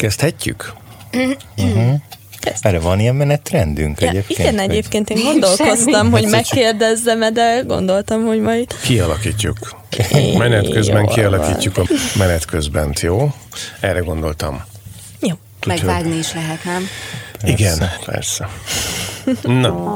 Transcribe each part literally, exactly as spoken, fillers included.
Kezdhetjük? Uh-huh. Erre van ilyen menetrendünk ja, egyébként? Igen, hogy... egyébként én gondolkoztam, hogy megkérdezzem, de gondoltam, hogy majd... Kialakítjuk. Menet közben kialakítjuk a menet közbent, jó? Erre gondoltam. Jó. Megvágni is lehet, nem? Persze. Igen, persze. Na.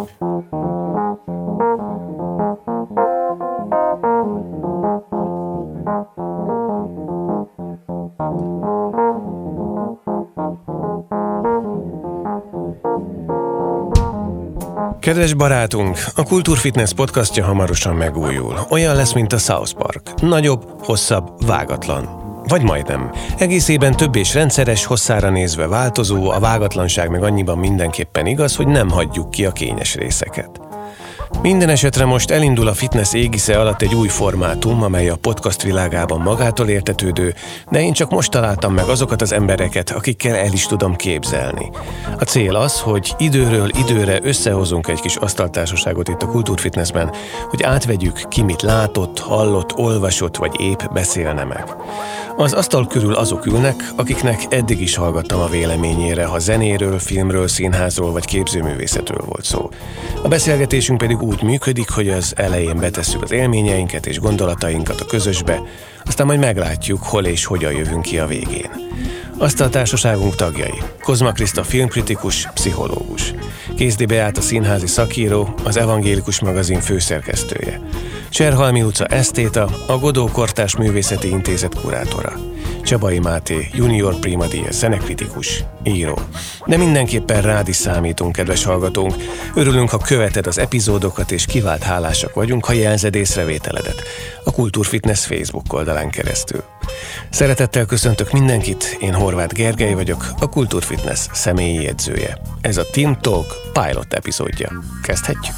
Kedves barátunk, a Kultúrfitness podcastja hamarosan megújul. Olyan lesz, mint a South Park. Nagyobb, hosszabb, vágatlan. Vagy majdnem. Egészében több és rendszeres, hosszára nézve változó, a vágatlanság meg annyiban mindenképpen igaz, hogy nem hagyjuk ki a kényes részeket. Minden esetre most elindul a fitness égisze alatt egy új formátum, amely a podcast világában magától értetődő, de én csak most találtam meg azokat az embereket, akikkel el is tudom képzelni. A cél az, hogy időről időre összehozunk egy kis asztaltársaságot itt a Kultúrfitnessben, hogy átvegyük, ki mit látott, hallott, olvasott vagy épp beszélne meg. Az asztal körül azok ülnek, akiknek eddig is hallgattam a véleményére, ha zenéről, filmről, színházról vagy képzőművészetről volt szó. A beszélgetésünk pedig úgy működik, hogy az elején betesszük az élményeinket és gondolatainkat a közösbe, aztán majd meglátjuk, hol és hogyan jövünk ki a végén. Asztaltársaságunk tagjai: Kozma Kriszta filmkritikus, pszichológus, Kézdi Beáta színházi szakíró, az Evangélikus magazin főszerkesztője, Cserhalmi Luca esztéta, a Godó Kortárs Művészeti Intézet kurátora, Csabai Máté junior Prima Dies zenekritikus, író. De mindenképpen rád is számítunk, kedves hallgatónk. Örülünk, ha követed az epizódokat, és kivált hálásak vagyunk, ha jelzed észrevételedet a Kultúrfitness Facebook oldalán keresztül. Szeretettel köszöntök mindenkit, én Horváth Gergely vagyok, a Kultúrfitness személyi jegyzője. Ez a Team Talk pilot epizódja. Kezdhetjük!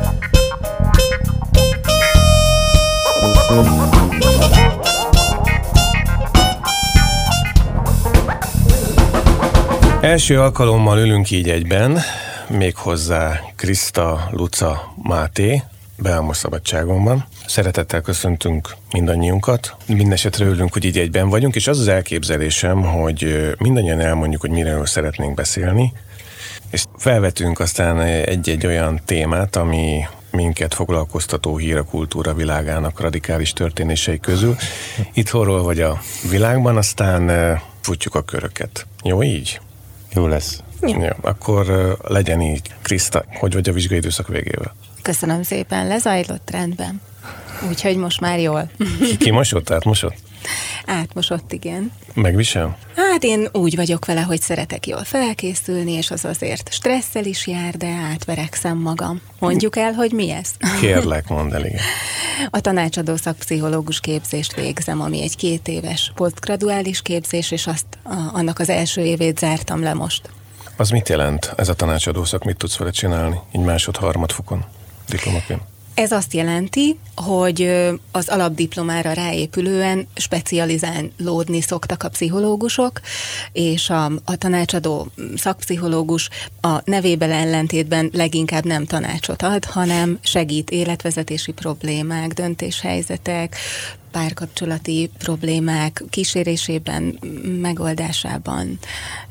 Első alkalommal ülünk így egyben, méghozzá Kriszta, Luca, Máté, Beámos szabadságon van. Szeretettel köszöntünk mindannyiunkat. Mindenesetre örülünk, hogy így egyben vagyunk, és az az elképzelésem, hogy mindannyian elmondjuk, hogy miről szeretnénk beszélni, és felvetünk aztán egy-egy olyan témát, ami minket foglalkoztató hír a kultúra világának radikális történései közül. Itthonról vagy a világban, aztán futjuk a köröket. Jó így? Jó lesz. Ja. Jó, akkor uh, legyen így. Kriszta, hogy vagy a vizsgai időszak végével? Köszönöm szépen, lezajlott rendben. Úgyhogy most már jól. Ki, ki mosott, átmosott? Átmosott, igen. Megvisel? Hát én úgy vagyok vele, hogy szeretek jól felkészülni, és az azért stresszel is jár, de átverekszem magam. Mondjuk el, hogy mi ez? Kérlek, mondd el, igen. A tanácsadó szakpszichológus képzést végzem, ami egy két éves posztgraduális képzés, és azt a, annak az első évét zártam le most. Az mit jelent ez a tanácsadó szak? Mit tudsz vele csinálni? Így másod-harmad fokon, diplomaként? Ez azt jelenti, hogy az alapdiplomára ráépülően specializálódni szoktak a pszichológusok, és a, a tanácsadó szakpszichológus a nevével ellentétben leginkább nem tanácsot ad, hanem segít életvezetési problémák, döntéshelyzetek, párkapcsolati problémák kísérésében, megoldásában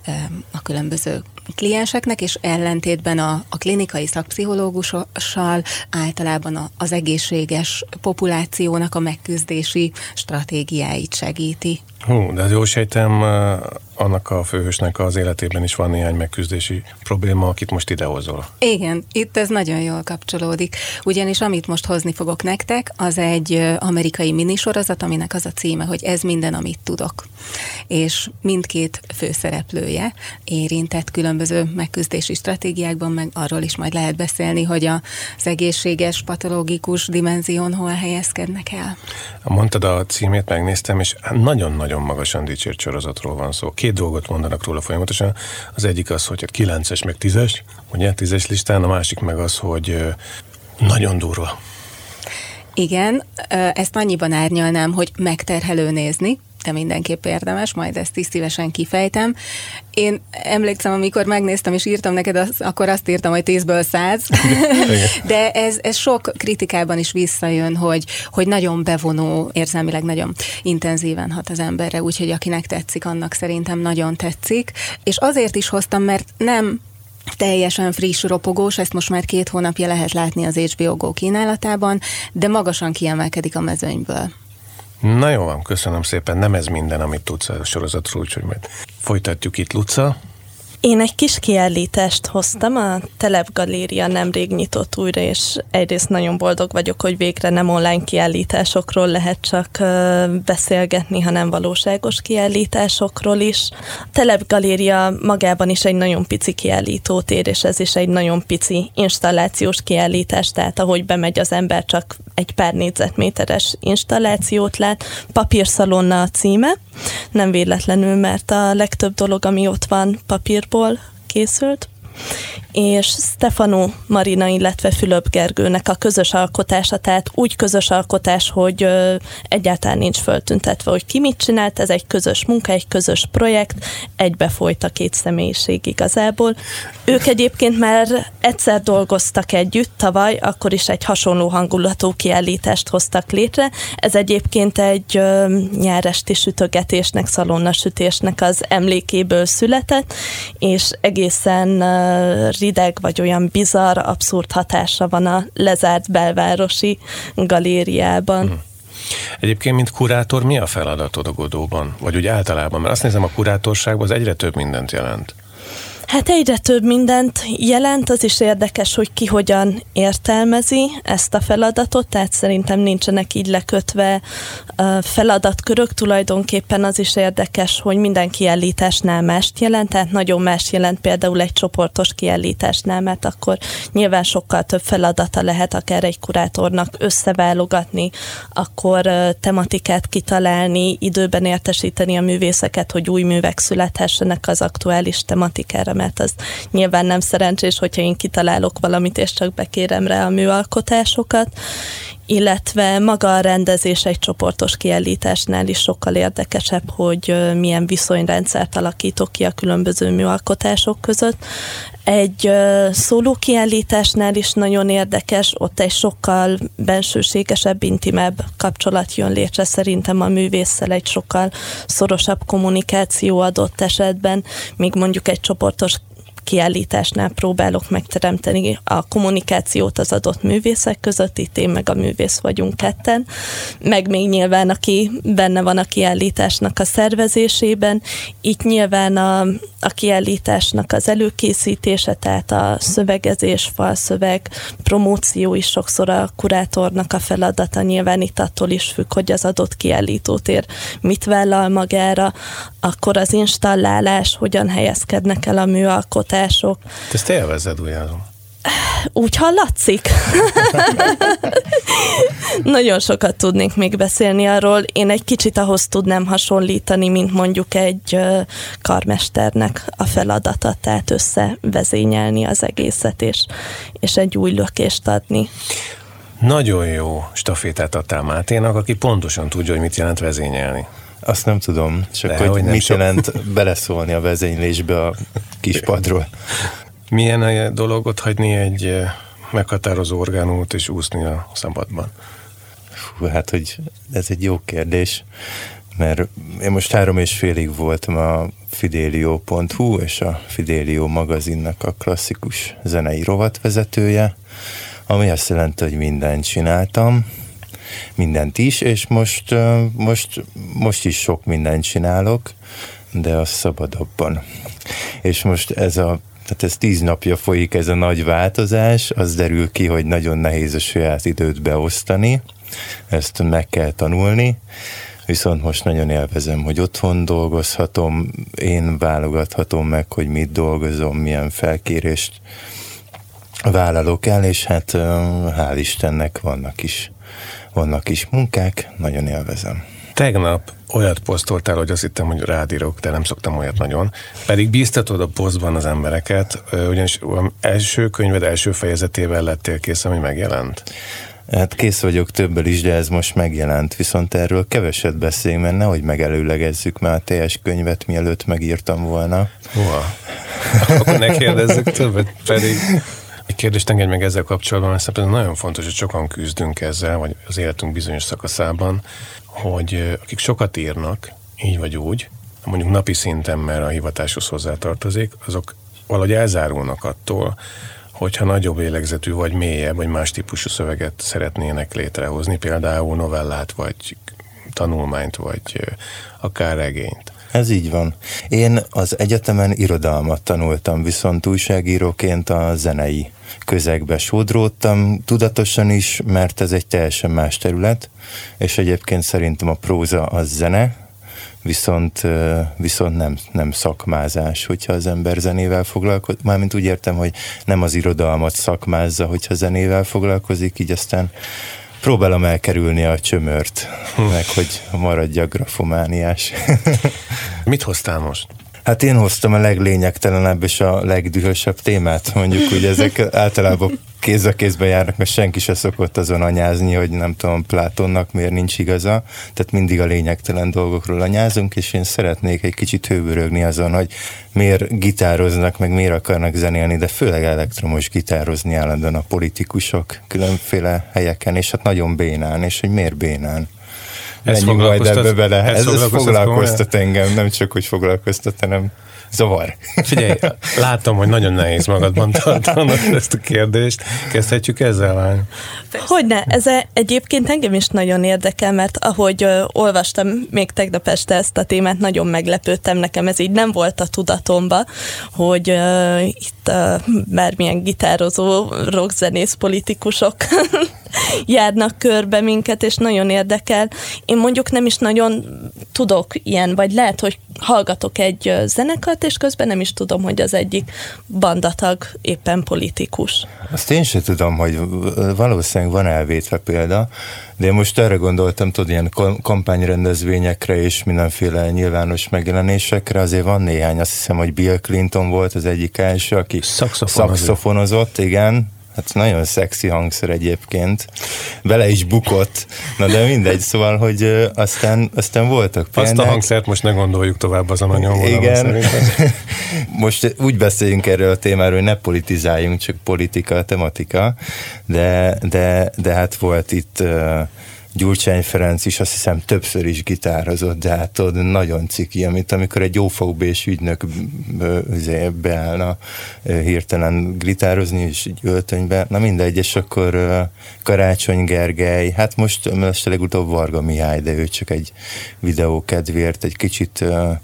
a különböző klienseknek, és ellentétben a, a klinikai szakpszichológussal általában a, az egészséges populációnak a megküzdési stratégiáit segíti. Hú, de jól sejtem, annak a főhősnek az életében is van néhány megküzdési probléma, akit most idehozol. Igen, itt ez nagyon jól kapcsolódik, ugyanis amit most hozni fogok nektek, az egy amerikai minisorozat, aminek az a címe, hogy Ez minden, amit tudok. És mindkét főszereplője érintett különböző megküzdési stratégiákban, meg arról is majd lehet beszélni, hogy az egészséges, patológikus dimenzión hol helyezkednek el. Mondtad a címét, megnéztem, és nagyon-nagyon magasan dicsért sorozatról van szó. Két dolgot mondanak róla folyamatosan. Az egyik az, hogy kilences meg tízes, ugye, tízes listán, a másik meg az, hogy nagyon durva. Igen, ezt annyiban árnyalnám, hogy megterhelő nézni, szerintem mindenképp érdemes, majd ezt is szívesen kifejtem. Én emlékszem, amikor megnéztem és írtam neked, az, akkor azt írtam, hogy tízből száz, de ez, ez sok kritikában is visszajön, hogy, hogy nagyon bevonó, érzelmileg nagyon intenzíven hat az emberre, úgyhogy akinek tetszik, annak szerintem nagyon tetszik. És azért is hoztam, mert nem teljesen friss, ropogós, ezt most már két hónapja lehet látni az há bé o Go kínálatában, de magasan kiemelkedik a mezőnyből. Na jó van, köszönöm szépen. Nem ez minden, amit tudsz a sorozatról, úgyhogy majd folytatjuk itt, Luca. Én egy kis kiállítást hoztam, a Telepgaléria nemrég nyitott újra, és egyrészt nagyon boldog vagyok, hogy végre nem online kiállításokról lehet csak beszélgetni, hanem valóságos kiállításokról is. A Telepgaléria magában is egy nagyon pici kiállítótér, és ez is egy nagyon pici installációs kiállítás, tehát ahogy bemegy az ember, csak egy pár négyzetméteres installációt lát. Papírszalonna a címe, nem véletlenül, mert a legtöbb dolog, ami ott van, papírból készült, és Stefano Marina, illetve Fülöp Gergőnek a közös alkotása, tehát úgy közös alkotás, hogy ö, egyáltalán nincs föltüntetve, hogy ki mit csinált, ez egy közös munka, egy közös projekt, egybefolyt a két személyiség igazából. Ők egyébként már egyszer dolgoztak együtt tavaly, akkor is egy hasonló hangulatú kiállítást hoztak létre. Ez egyébként egy ö, nyáresti sütögetésnek, szalonnasütésnek az emlékéből született, és egészen ö, rideg, vagy olyan bizarr, abszurd hatása van a lezárt belvárosi galériában. Hmm. Egyébként, mint kurátor, mi a feladatod a Godóban? Vagy úgy általában? Mert azt nézem, a kurátorságban az egyre több mindent jelent. Hát egyre több mindent jelent, az is érdekes, hogy ki hogyan értelmezi ezt a feladatot, tehát szerintem nincsenek így lekötve feladatkörök, tulajdonképpen az is érdekes, hogy minden kiállításnál mást jelent, tehát nagyon más jelent például egy csoportos kiállításnál, mert akkor nyilván sokkal több feladata lehet akár egy kurátornak összeválogatni, akkor tematikát kitalálni, időben értesíteni a művészeket, hogy új művek születhessenek az aktuális tematikára, mert az nyilván nem szerencsés, hogyha én kitalálok valamit, és csak bekérem rá a műalkotásokat, illetve maga a rendezés egy csoportos kiállításnál is sokkal érdekesebb, hogy milyen viszonyrendszert alakítok ki a különböző műalkotások között. Egy szóló kiállításnál is nagyon érdekes, ott egy sokkal bensőségesebb, intimebb kapcsolat jön létre szerintem a művésszel, egy sokkal szorosabb kommunikáció adott esetben, míg mondjuk egy csoportos kiállításnál próbálok megteremteni a kommunikációt az adott művészek között, itt én meg a művész vagyunk ketten, meg még nyilván aki benne van a kiállításnak a szervezésében, itt nyilván a, a kiállításnak az előkészítése, tehát a szövegezés, falszöveg, promóció is sokszor a kurátornak a feladata, nyilván itt attól is függ, hogy az adott kiállítótér mit vállal magára, akkor az installálás, hogyan helyezkednek el a műalkotások. Te ezt élvezed, újjáról? Úgy hallatszik. Nagyon sokat tudnék még beszélni arról. Én egy kicsit ahhoz tudnám hasonlítani, mint mondjuk egy karmesternek a feladata, tehát összevezényelni az egészet, és, és egy új lökést adni. Nagyon jó stafétát adtál Máténak, aki pontosan tudja, hogy mit jelent vezényelni. Azt nem tudom, csak De, hogy, hogy mit sok... jelent beleszólni a vezénylésbe a kispadról. Milyen a dolgot hagyni egy meghatározó orgánumot és úszni a szabadban? Hú, hát, hogy ez egy jó kérdés, mert én most három és félig voltam a Fidelio pont hu és a Fidelio magazinnak a klasszikus zenei rovatvezetője, ami azt jelenti, hogy mindent csináltam, mindent is, és most, most, most is sok mindent csinálok, de az szabadabban. És most ez a, tehát ez tíz napja folyik ez a nagy változás, az derül ki, hogy nagyon nehéz a saját időt beosztani, ezt meg kell tanulni, viszont most nagyon élvezem, hogy otthon dolgozhatom, én válogathatom meg, hogy mit dolgozom, milyen felkérést vállalok el, és hát hál' Istennek vannak is Vannak is munkák, nagyon élvezem. Tegnap olyat posztoltál, hogy azt hittem, hogy rád írok, de nem szoktam olyat nagyon. Pedig bíztatod a posztban az embereket, ugyanis az első könyved első fejezetével lettél kész, ami megjelent? Hát kész vagyok többel is, de ez most megjelent. Viszont erről keveset beszélünk, mert nehogy megelőlegezzük már a teljes könyvet, mielőtt megírtam volna. Hova? Akkor ne kérdezzük többet, pedig... Egy kérdést engedj meg ezzel kapcsolatban, mert szerintem nagyon fontos, hogy sokan küzdünk ezzel, vagy az életünk bizonyos szakaszában, hogy akik sokat írnak, így vagy úgy, mondjuk napi szinten, mert a hivatáshoz hozzátartozik, azok valahogy elzárulnak attól, hogyha nagyobb lélegzetű, vagy mélyebb, vagy más típusú szöveget szeretnének létrehozni, például novellát, vagy tanulmányt, vagy akár regényt. Ez így van. Én az egyetemen irodalmat tanultam, viszont újságíróként a zenei közegbe sodródtam, tudatosan is, mert ez egy teljesen más terület, és egyébként szerintem a próza az zene, viszont, viszont nem, nem szakmázás, hogyha az ember zenével foglalkozik. Mármint úgy értem, hogy nem az irodalmat szakmázza, hogyha zenével foglalkozik, így aztán próbálom elkerülni a csömört, meg hogy maradjak grafomániás. Mit hoztál most? Hát én hoztam a leglényegtelenebb és a legdühösebb témát, mondjuk, hogy ezek általában kéz a kézben járnak, mert senki se szokott azon anyázni, hogy nem tudom, Plátonnak miért nincs igaza, tehát mindig a lényegtelen dolgokról anyázunk, és én szeretnék egy kicsit hőbörögni azon, hogy miért gitároznak, meg miért akarnak zenélni, de főleg elektromos gitározni állandóan a politikusok különféle helyeken, és hát nagyon bénán, és hogy miért bénán. Menjünk majd ebbe bele. Ez, ez foglalkoztat, foglalkoztat engem, nem csak, hogy foglalkoztat, hanem zavar. Figyelj, látom, hogy nagyon nehéz magadban tartanod ezt a kérdést. Kezdhetjük ezzel, lány? Hogyne, ez egyébként engem is nagyon érdekel, mert ahogy ö, olvastam még tegnap este ezt a témát, nagyon meglepődtem, nekem ez így nem volt a tudatomba, hogy ö, itt ö, bármilyen gitározó, rockzenész politikusok járnak körbe minket, és nagyon érdekel. Én mondjuk nem is nagyon tudok ilyen, vagy lehet, hogy hallgatok egy zenekart, és közben nem is tudom, hogy az egyik bandatag éppen politikus. Azt én sem tudom, hogy valószínűleg van elvétve példa, de én most erre gondoltam, tudod, ilyen kampányrendezvényekre és mindenféle nyilvános megjelenésekre, azért van néhány, azt hiszem, hogy Bill Clinton volt az egyik első, aki szaxofonozott, igen. Hát nagyon szexi hangszer egyébként. Bele is bukott. Na de mindegy, szóval, hogy ö, aztán, aztán voltak példák. Azt a hangszert most ne gondoljuk tovább azon a nyomvonalon. Igen. Most úgy beszéljünk erről a témáról, hogy ne politizáljunk, csak politika, a tematika. De, de, de hát volt itt ö, Gyurcsány Ferenc is, azt hiszem többször is gitározott, de hát tudod, nagyon ciki, amit amikor egy o ef u bé-s ügynök beállna hirtelen gitározni, és egy öltönybe, na mindegy, és akkor Karácsony Gergely, hát most, most legutóbb Varga Mihály, de ő csak egy videó kedvéért egy kicsit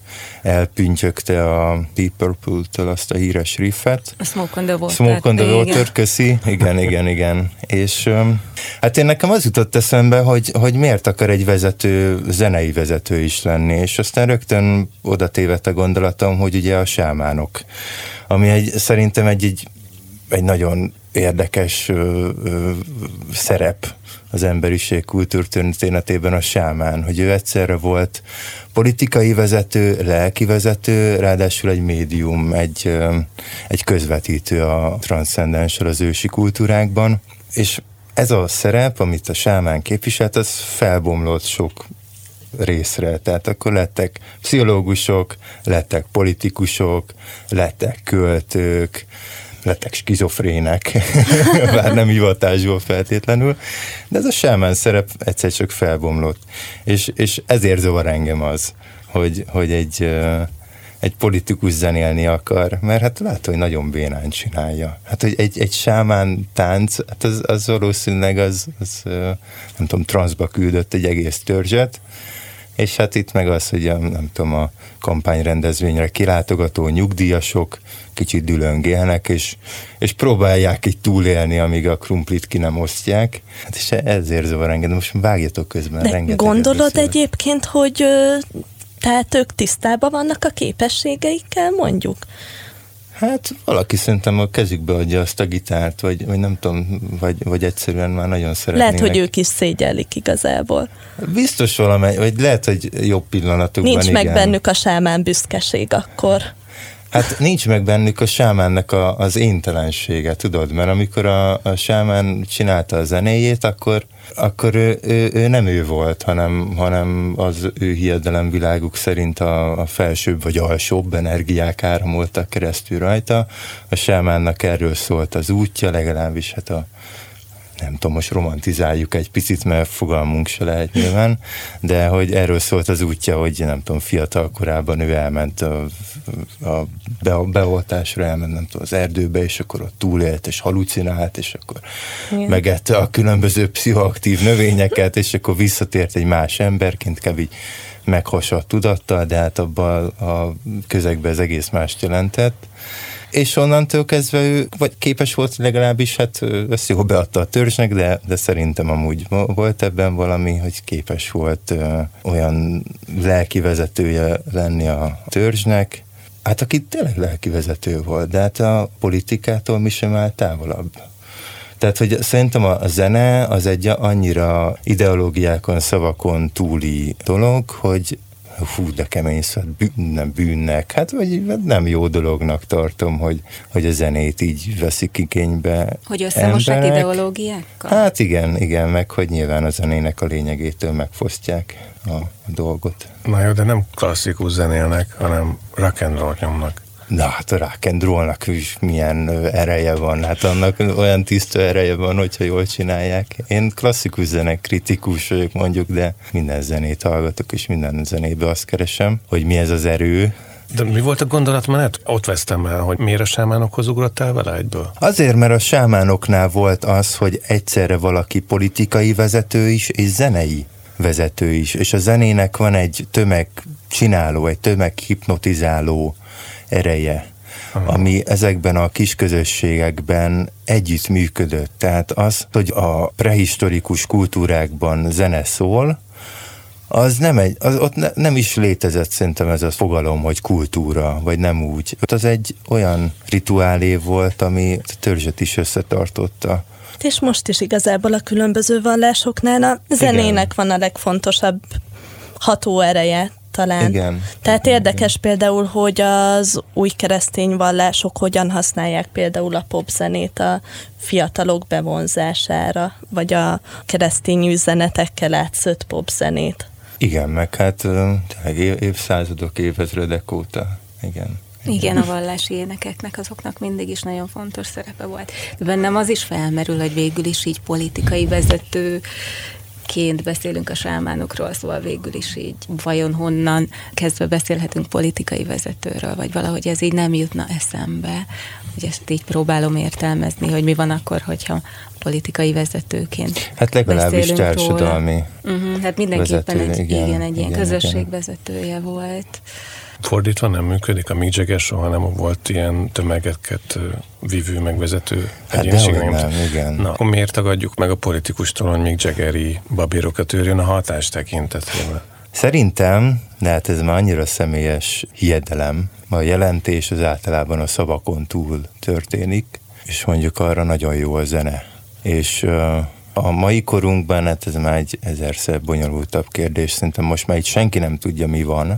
elpüntyögte a Deep Purple-től azt a híres riffet. A Smoke on the Water. Smoke on the Water, köszi. Igen, igen, igen. És hát én nekem az jutott eszembe, hogy, hogy miért akar egy vezető, zenei vezető is lenni, és aztán rögtön oda tévedt a gondolatom, hogy ugye a sámánok, ami egy, szerintem egy, egy, egy nagyon érdekes ö, ö, szerep az emberiség kultúrtörténetében a sámán, hogy ő egyszerre volt politikai vezető, lelki vezető, ráadásul egy médium, egy, egy közvetítő a transzcendenssel az ősi kultúrákban, és ez a szerep, amit a sámán képviselt, az felbomlott sok részre, tehát akkor lettek pszichológusok, lettek politikusok, lettek költők, lettek skizofrének, bár nem hivatásból feltétlenül, de ez a sámán szerep egyszer csak felbomlott. És, és ezért zavar engem az, hogy, hogy egy, egy politikus zenélni akar, mert hát látod, hogy nagyon bénán csinálja. Hát, hogy egy, egy sámán tánc, hát az, az valószínűleg az, az, nem tudom, transzba küldött egy egész törzset, és hát itt meg az, hogy a, nem tudom, a kampányrendezvényre kilátogató nyugdíjasok kicsit dülöngélnek, és, és próbálják így túlélni, amíg a krumplit ki nem osztják. Hát és ezért zavar engem, most vágjatok közben. De gondolod egyébként, hogy tehát ők tisztában vannak a képességeikkel, mondjuk? Hát valaki szerintem a kezükbe adja azt a gitárt, vagy, vagy nem tudom, vagy, vagy egyszerűen már nagyon szeretnének. Lehet, hogy ők is szégyellik igazából. Biztos valamely, vagy lehet, hogy jobb pillanatokban. Nincs igen. meg bennük a sámán büszkeség akkor. Hát nincs meg bennük a sámánnak a, az éntelensége, tudod, mert amikor a, a sámán csinálta a zenéjét, akkor, akkor ő, ő, ő nem ő volt, hanem, hanem az ő hiedelemviláguk szerint a, a felsőbb vagy alsóbb energiák áramoltak keresztül rajta. A sámánnak erről szólt az útja, legalábbis hát a nem tudom, most romantizáljuk egy picit, mert fogalmunk se lehet nyilván, de hogy erről szólt az útja, hogy nem tudom, fiatal korában ő elment a, a, be, a beoltásra, elment nem tudom, az erdőbe, és akkor ott túlélt, és halucinált, és akkor igen. megette a különböző pszichoaktív növényeket, és akkor visszatért egy más emberként, kb. Meghasadt tudattal, de hát abban a közegben ez egész mást jelentett. És onnantól kezdve ő vagy képes volt legalábbis, hát ezt jól beadta a törzsnek, de, de szerintem amúgy volt ebben valami, hogy képes volt ö, olyan lelki vezetője lenni a törzsnek, hát aki tényleg lelki vezető volt, de hát a politikától mi sem áll távolabb. Tehát, hogy szerintem a zene az egy annyira ideológiákon, szavakon túli dolog, hogy hú, de kemény szó, nem bűnnek, hát vagy nem jó dolognak tartom, hogy, hogy a zenét így veszik igénybe. Hogy összemossák ideológiákkal? Hát igen, igen, meg hogy nyilván a zenének a lényegétől megfosztják a, a dolgot. Na jó, de nem klasszikus zenélnek, hanem rock and roll nyomnak. Na hát a rock and rollnak is milyen ereje van, hát annak olyan tiszta ereje van, hogyha jól csinálják. Én klasszikus zenek kritikus vagyok mondjuk, de minden zenét hallgatok, és minden zenébe azt keresem, hogy mi ez az erő. De mi volt a gondolatmenet? Ott vesztem el, hogy miért a sámánokhoz ugrottál vele egyből? Azért, mert a sámánoknál volt az, hogy egyszerre valaki politikai vezető is, és zenei vezető is, és a zenének van egy tömegcsináló, egy tömeghipnotizáló ereje, aha. ami ezekben a kis közösségekben együtt működött. Tehát az, hogy a prehisztorikus kultúrákban zene szól, az nem egy, az ott ne, nem is létezett szerintem ez a fogalom, hogy kultúra, vagy nem úgy. Ott az egy olyan rituálé volt, ami a törzset is összetartotta. És most is igazából a különböző vallásoknál a zenének igen. van a legfontosabb hatóereje. Talán. Igen. Tehát igen, érdekes igen. például, hogy az új keresztény vallások hogyan használják például a popzenét a fiatalok bevonzására, vagy a keresztény üzenetekkel átszött popzenét. Igen, meg hát tényleg évszázadok, évezredek óta. Igen. Igen, a vallási énekeknek azoknak mindig is nagyon fontos szerepe volt. De bennem az is felmerül, hogy végül is így politikai vezető ként beszélünk a sámánokról, szóval végül is így vajon honnan kezdve beszélhetünk politikai vezetőről, vagy valahogy ez így nem jutna eszembe, hogy ezt így próbálom értelmezni, hogy mi van akkor, hogyha politikai vezetőként hát legalábbis társadalmi uh-huh, hát mindenképpen vezető, egy, igen, igen, egy ilyen igen, közösségvezetője igen. volt. Fordítva nem működik, a Mick Jagger soha nem volt ilyen tömegeket vívő, megvezető hát egyéniség. Nem, nem, igen. Na, akkor miért tagadjuk meg a politikustól, hogy Mick Jaggeri babérokat őrjön a hatás tekintetében? Szerintem, de hát ez már annyira személyes hiedelem, a jelentés az általában a szavakon túl történik, és mondjuk arra nagyon jó a zene. És uh, a mai korunkban, hát ez már egy ezerszer bonyolultabb kérdés, szerintem most már itt senki nem tudja, mi van,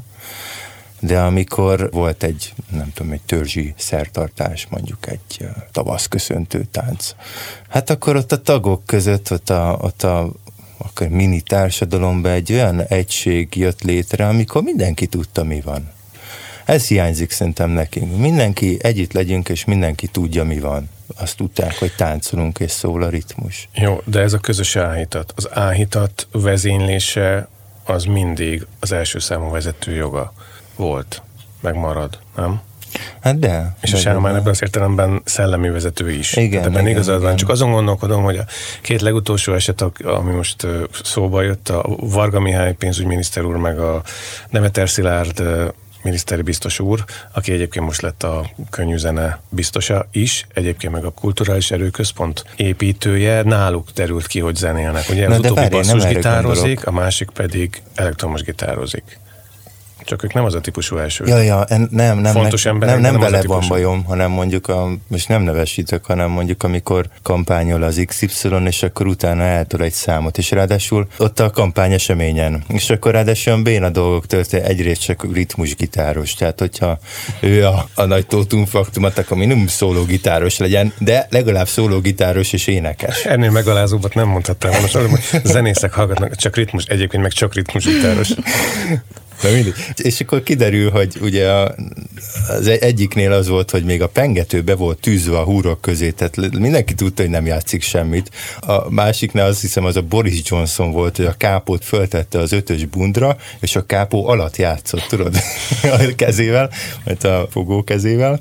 de amikor volt egy, nem tudom, egy törzsi szertartás, mondjuk egy uh, tavaszköszöntő tánc, hát akkor ott a tagok között, ott a, ott a akkor mini társadalomban egy olyan egység jött létre, amikor mindenki tudta, mi van. Ez hiányzik szerintem nekünk. Mindenki együtt legyünk, és mindenki tudja, mi van. Azt tudták, hogy táncolunk, és szól a ritmus. Jó, de ez a közös áhítat. Az áhítat vezénylése az mindig az első számú vezető joga volt. Megmarad, nem? Hát de. És de, a sámán ebben az értelemben szellemi vezető is. Igen, ebben igen, igazad van. igen. Csak azon gondolkodom, hogy a két legutolsó eset, ami most szóba jött, a Varga Mihály pénzügyminiszter úr, meg a Demeter Szilárd miniszteri biztos úr, aki egyébként most lett a könnyűzene biztosa is, egyébként meg a Kulturális Erőközpont építője, náluk derült ki, hogy zenélnek. Ugye az utóbbi basszusgitározik, a másik pedig elektromos gitározik. Csak ők nem az a típusú első. Ja, ja, en, nem, nem, Fontos nem, emberek, nem, nem, nem vele az a van típusú. bajom, hanem mondjuk, a, most nem nevesítek, hanem mondjuk, amikor kampányol az iksz ipszilon, és akkor utána eltol egy számot, és ráadásul ott a kampány eseményen, és akkor ráadásul olyan béna dolgok történt, egyrészt csak ritmusgitáros, tehát hogyha ő a, a nagy tótumfaktumot, akkor minimum szólógitáros legyen, de legalább szólógitáros és énekes. Ennél megalázóbbat nem mondhattál volna, most hogy zenészek hallgatnak csak ritmus, egyébként meg csak ritmusgitáros. Na mindig. És akkor kiderül, hogy ugye a, az egyiknél az volt, hogy még a pengető be volt tűzve a húrok közé, tehát mindenki tudta, hogy nem játszik semmit. A másiknál azt hiszem az a Boris Johnson volt, hogy a kápót föltette az ötös bundra, és a kápó alatt játszott, tudod, a kezével, vagy a fogó kezével.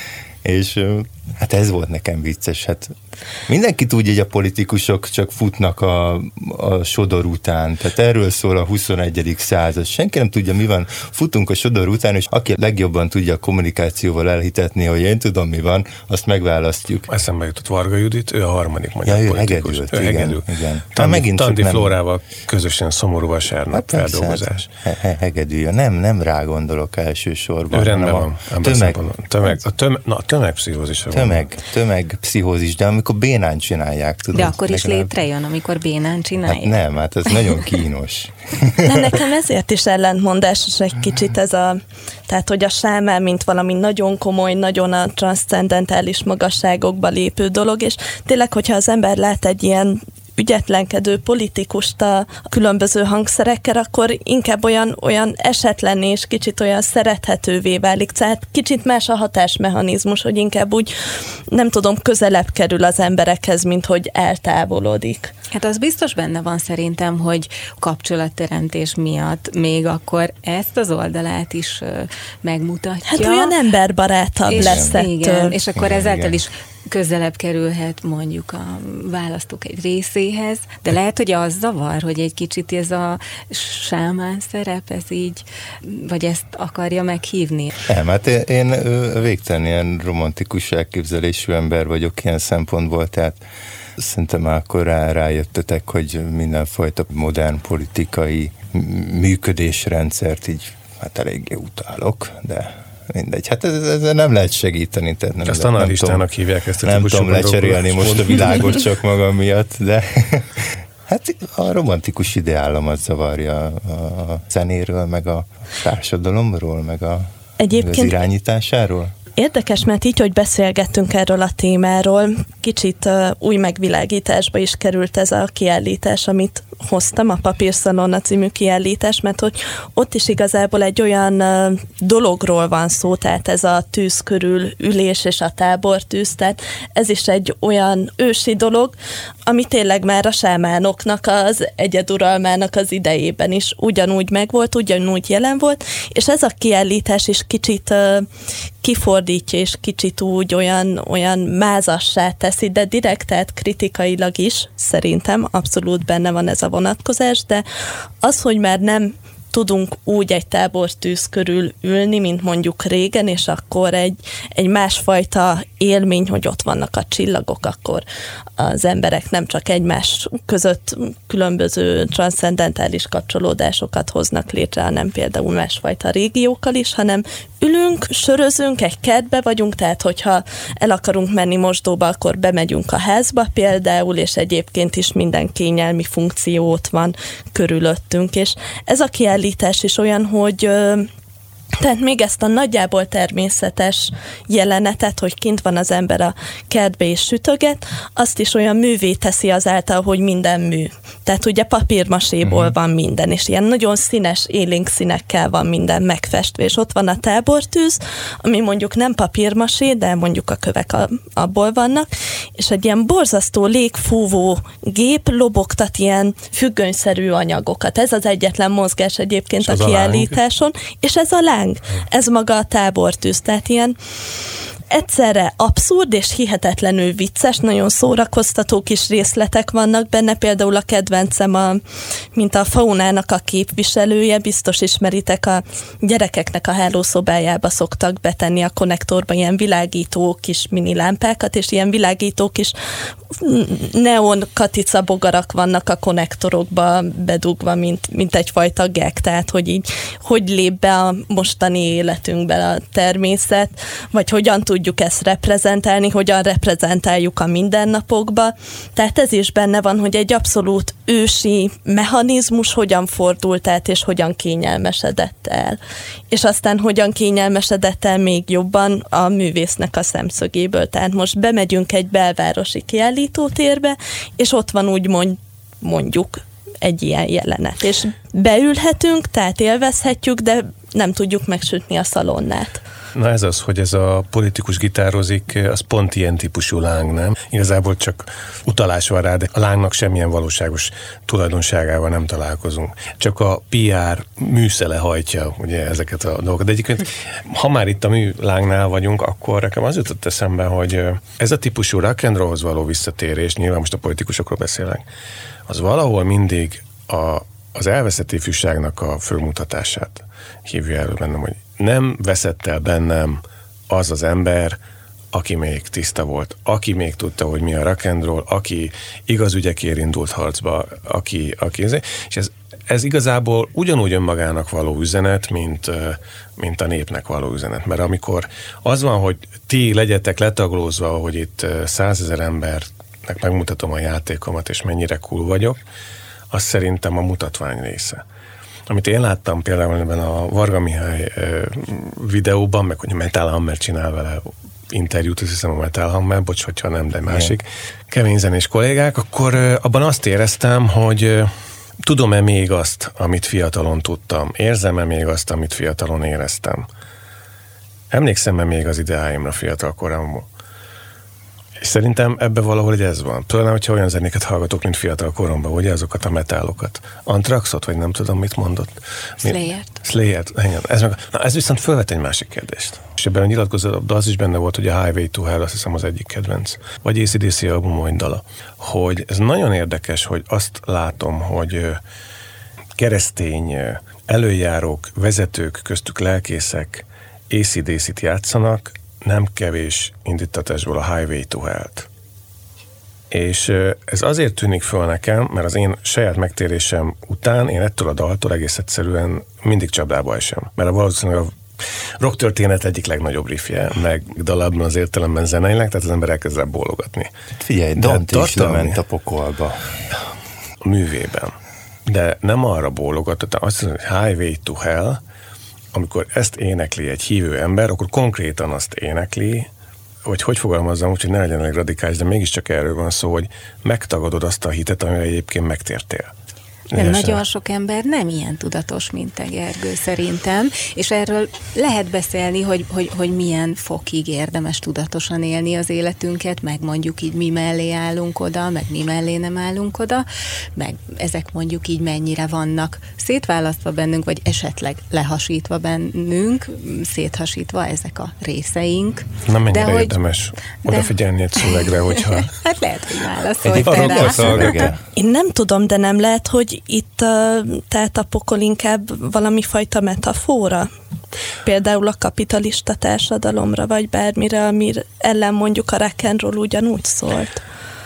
És hát ez volt nekem vicces. Hát mindenki tudja, hogy a politikusok csak futnak a, a sodor után. Tehát erről szól a huszonegyedik század. Senki nem tudja, mi van. Futunk a sodor után, és aki legjobban tudja a kommunikációval elhitetni, hogy én tudom, mi van, azt megválasztjuk. Eszembe jutott Varga Judit, ő a harmadik magyar ja, ő politikus. hegedült, Ő igen, hegedül. igen. Tandi, megint Tandi nem... Flórával közösen szomorú vasárnap hát feldolgozás. He- he- hegedülje. Nem, nem rá gondolok elsősorban. Ő rendben van. A tömeg, tömeg, a tömeg, na, a tömegpszichózisra tömeg, tömegpszichózis, de amikor bénán csinálják, tudod. De akkor is legalább... létrejön, amikor bénán csinálják. Hát nem, hát ez nagyon kínos. De nekem ezért is ellentmondásos egy kicsit ez a, tehát hogy a sámán, mint valami nagyon komoly, nagyon a transzcendentális magasságokba lépő dolog, és tényleg, hogyha az ember lát egy ilyen ügyetlenkedő politikust a különböző hangszerekkel, akkor inkább olyan, olyan esetlen és kicsit olyan szerethetővé válik. Tehát kicsit más a hatásmechanizmus, hogy inkább úgy, nem tudom, közelebb kerül az emberekhez, mint hogy eltávolodik. Hát az biztos benne van szerintem, hogy kapcsolatteremtés miatt még akkor ezt az oldalát is uh, megmutatja. Hát olyan emberbarátabb és, lesz ettől. Igen, és akkor igen, ezáltal igen. is közelebb kerülhet mondjuk a választók egy részéhez, de lehet, hogy az zavar, hogy egy kicsit ez a sámán szerep, ez így, vagy ezt akarja meghívni. Nem, hát én, én végtelen ilyen romantikus elképzelésű ember vagyok ilyen szempontból, tehát szerintem már akkor rá, rájöttetek, hogy mindenfajta modern politikai működésrendszert így hát eléggé utálok, de mindegy, hát ez, ez nem lehet segíteni. Tehát nem, Azt nem, analistának hívják ezt a Nem típusú tudom lecserélni gondolkodást. most a világot csak magam miatt, de hát a romantikus ideálomat zavarja a zenéről, meg a társadalomról, meg a, Egyébként az irányításáról. Érdekes, mert így, hogy beszélgettünk erről a témáról, kicsit uh, új megvilágításba is került ez a kiállítás, amit hoztam, a Papírszalonna című kiállítás, mert hogy ott is igazából egy olyan uh, dologról van szó, tehát ez a tűz körül ülés és a tábortűz, tehát ez is egy olyan ősi dolog, ami tényleg már a sámánoknak, az egyeduralmának az idejében is ugyanúgy megvolt, ugyanúgy jelen volt, és ez a kiállítás is kicsit uh, kifordítja, és kicsit úgy olyan, olyan mázassá teszi, de direkt, tehát kritikailag is szerintem abszolút benne van ez a vonatkozás, de az, hogy már nem tudunk úgy egy tábortűz körül ülni, mint mondjuk régen, és akkor egy, egy másfajta élmény, hogy ott vannak a csillagok, akkor az emberek nem csak egymás között különböző transzcendentális kapcsolódásokat hoznak létre, hanem például másfajta régiókkal is, hanem ülünk, sörözünk, egy kertbe vagyunk, tehát hogyha el akarunk menni mosdóba, akkor bemegyünk a házba például, és egyébként is minden kényelmi funkció ott van körülöttünk, és ez a kiállítás is olyan, hogy tehát még ezt a nagyjából természetes jelenetet, hogy kint van az ember a kertbe és sütöget, azt is olyan művé teszi azáltal, hogy minden mű. Tehát ugye papírmaséból uh-huh. van minden, és ilyen nagyon színes, élénk színekkel van minden megfestve, és ott van a tábortűz, ami mondjuk nem papírmasé, de mondjuk a kövek a, abból vannak, és egy ilyen borzasztó légfúvó gép lobogtat ilyen függönyszerű anyagokat. Ez az egyetlen mozgás egyébként és a kiállításon, és ez a láng. Ez maga a tábortűz, tehát ilyen Egyszerre abszurd és hihetetlenül vicces, nagyon szórakoztató kis részletek vannak benne, például a kedvencem, a, mint a Faunának a képviselője, biztos ismeritek, a gyerekeknek a hálószobájába szoktak betenni a konnektorba ilyen világító kis mini lámpákat, és ilyen világító kis neon katica bogarak vannak a konnektorokba bedugva, mint, mint egyfajta gag, tehát hogy így hogy lép be a mostani életünkbe a természet, vagy hogyan tudjuk ezt reprezentálni, hogyan reprezentáljuk a mindennapokba. Tehát ez is benne van, hogy egy abszolút ősi mechanizmus hogyan fordult át, és hogyan kényelmesedett el. És aztán hogyan kényelmesedett el még jobban a művésznek a szemszögéből. Tehát most bemegyünk egy belvárosi kiállítótérbe, és ott van úgy mond, mondjuk egy ilyen jelenet. És beülhetünk, tehát élvezhetjük, de nem tudjuk megsütni a szalonnát. Na ez az, hogy ez a politikus gitározik, az pont ilyen típusú láng, nem? Igazából csak utalás van rá, de a lángnak semmilyen valóságos tulajdonságával nem találkozunk. Csak a pé er műszele hajtja ugye ezeket a dolgokat. De egyébként, ha már itt a műlángnál vagyunk, akkor nekem az jutott eszembe, hogy ez a típusú rock and rollhoz való visszatérés, nyilván most a politikusokról beszélek, az valahol mindig a, az elveszett ifjúságnak a fölmutatását hívja elő bennem, hogy nem veszett el bennem az az ember, aki még tiszta volt, aki még tudta, hogy mi a rock and roll, aki igaz ügyekért indult harcba, aki, aki és ez, ez igazából ugyanúgy önmagának való üzenet, mint, mint a népnek való üzenet. Mert amikor az van, hogy ti legyetek letaglózva, hogy itt százezer embernek megmutatom a játékomat, és mennyire cool vagyok, az szerintem a mutatvány része. Amit én láttam például ebben a Varga Mihály videóban, meg hogy a Metal Hammer csinál vele interjút, azt hiszem a Metal Hammer, bocs, hogyha nem, de másik yeah. kemény zenés kollégák, akkor abban azt éreztem, hogy tudom-e még azt, amit fiatalon tudtam? Érzem-e még azt, amit fiatalon éreztem? Emlékszem-e még az ideáimra fiatal koromban? És szerintem ebben valahol egy ez van. Például, hogyha olyan zenéket hallgatok, mint fiatal koromban, ugye azokat a metálokat. Anthraxot, vagy nem tudom, mit mondott. Slayert. Slayert, ez, meg, na, ez viszont felvet egy másik kérdést. És ebben a nyilatkozatban az is benne volt, hogy a Highway to Hell, azt hiszem az egyik kedvenc, vagy á cé dé cé album dala, hogy ez nagyon érdekes, hogy azt látom, hogy keresztény előjárók, vezetők, köztük lelkészek á cé dé cét játszanak, nem kevés indítatásból a Highway to Hell-t. És ez azért tűnik föl nekem, mert az én saját megtérésem után én ettől a daltól egész egyszerűen mindig csapdába esem. Mert a valószínűleg a rock történet egyik legnagyobb riffje, meg dalabban az értelemben zeneileg, tehát az ember elkezd el bólogatni. Figyelj, Dante is lement a pokolba. A művében. De nem arra bólogatott, azt mondja, hogy Highway to Hell, amikor ezt énekli egy hívő ember, akkor konkrétan azt énekli, hogy hogy fogalmazzam úgy, hogy ne legyen elég radikális, de mégiscsak erről van szó, hogy megtagadod azt a hitet, amire egyébként megtértél. De nagyon sok ember nem ilyen tudatos, mint te, Gergő, szerintem, és erről lehet beszélni, hogy, hogy, hogy milyen fokig érdemes tudatosan élni az életünket, meg mondjuk így mi mellé állunk oda, meg mi mellé nem állunk oda, meg ezek mondjuk így mennyire vannak szétválasztva bennünk, vagy esetleg lehasítva bennünk, széthasítva ezek a részeink. Na mennyire de érdemes hogy, odafigyelni de... egy szövegre, hogyha... Hát lehet, hogy válaszolj te rá. Én nem tudom, de nem lehet, hogy itt uh, tehát a pokol inkább valami fajta metafora? Például a kapitalista társadalomra, vagy bármire, amire ellen mondjuk a rock and roll ugyanúgy szólt.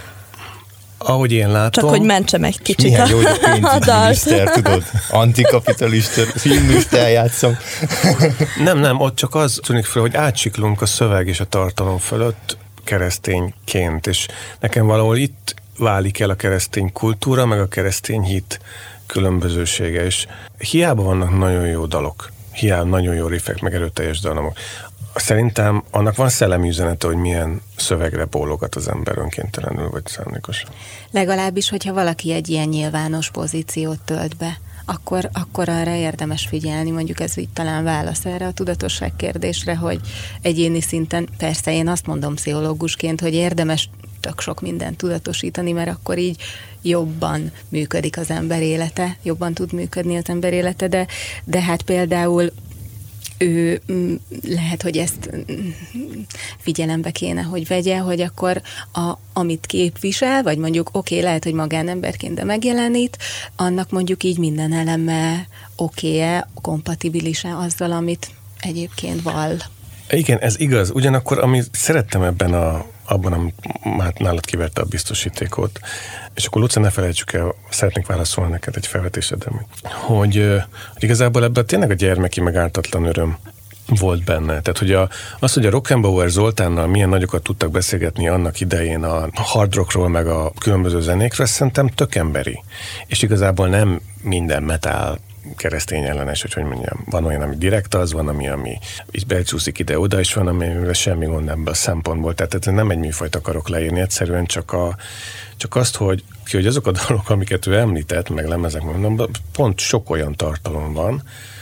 Ahogy én látom... Csak hogy mentsem egy kicsit milyen jó, hogy a pénzügyminiszter, tudod, antikapitalista filmist eljátszom. Nem, nem, ott csak az tűnik fel, hogy átsiklunk a szöveg és a tartalom fölött keresztényként, és nekem valahol itt válik el a keresztény kultúra, meg a keresztény hit különbözősége, és hiába vannak nagyon jó dalok, hiába nagyon jó riffek, meg erőteljes dallamok. Szerintem annak van szellemi üzenete, hogy milyen szövegre bólogat az ember önkéntelenül, vagy szándékosan. Legalábbis, hogyha valaki egy ilyen nyilvános pozíciót tölt be, akkor, akkor arra érdemes figyelni, mondjuk ez így talán válasz erre a tudatosság kérdésre, hogy egyéni szinten, persze én azt mondom pszichológusként, hogy érdemes tök sok mindent tudatosítani, mert akkor így jobban működik az ember élete, jobban tud működni az ember élete, de, de hát például ő lehet, hogy ezt figyelembe kéne, hogy vegye, hogy akkor a, amit képvisel, vagy mondjuk oké, okay, lehet, hogy magánemberként, de megjelenít, annak mondjuk így minden eleme oké-e, kompatibilis-e azzal, amit egyébként vall. Igen, ez igaz. Ugyanakkor, amit szerettem ebben a, abban, amit nálad kiverte a biztosítékot, és akkor Luca, ne felejtsük el, szeretnék válaszolni neked egy felvetésedre, hogy, hogy igazából ebben tényleg a gyermeki meg ártatlan öröm volt benne. Tehát, hogy a, az, hogy a Rockenbauer Zoltánnal milyen nagyokat tudtak beszélgetni annak idején a hard rockról, meg a különböző zenékről, szerintem tök emberi. És igazából nem minden metal keresztény ellenes, hogy hogy mondjam, van olyan, ami direkt az, van, ami, ami így becsúszik ide-oda, és van, amivel semmi gond ebből a szempontból. Tehát nem egy műfajt akarok leírni, egyszerűen csak, a, csak azt, hogy, hogy azok a dalok, amiket ő említett, meg lemezek, mondom, pont sok olyan tartalom van,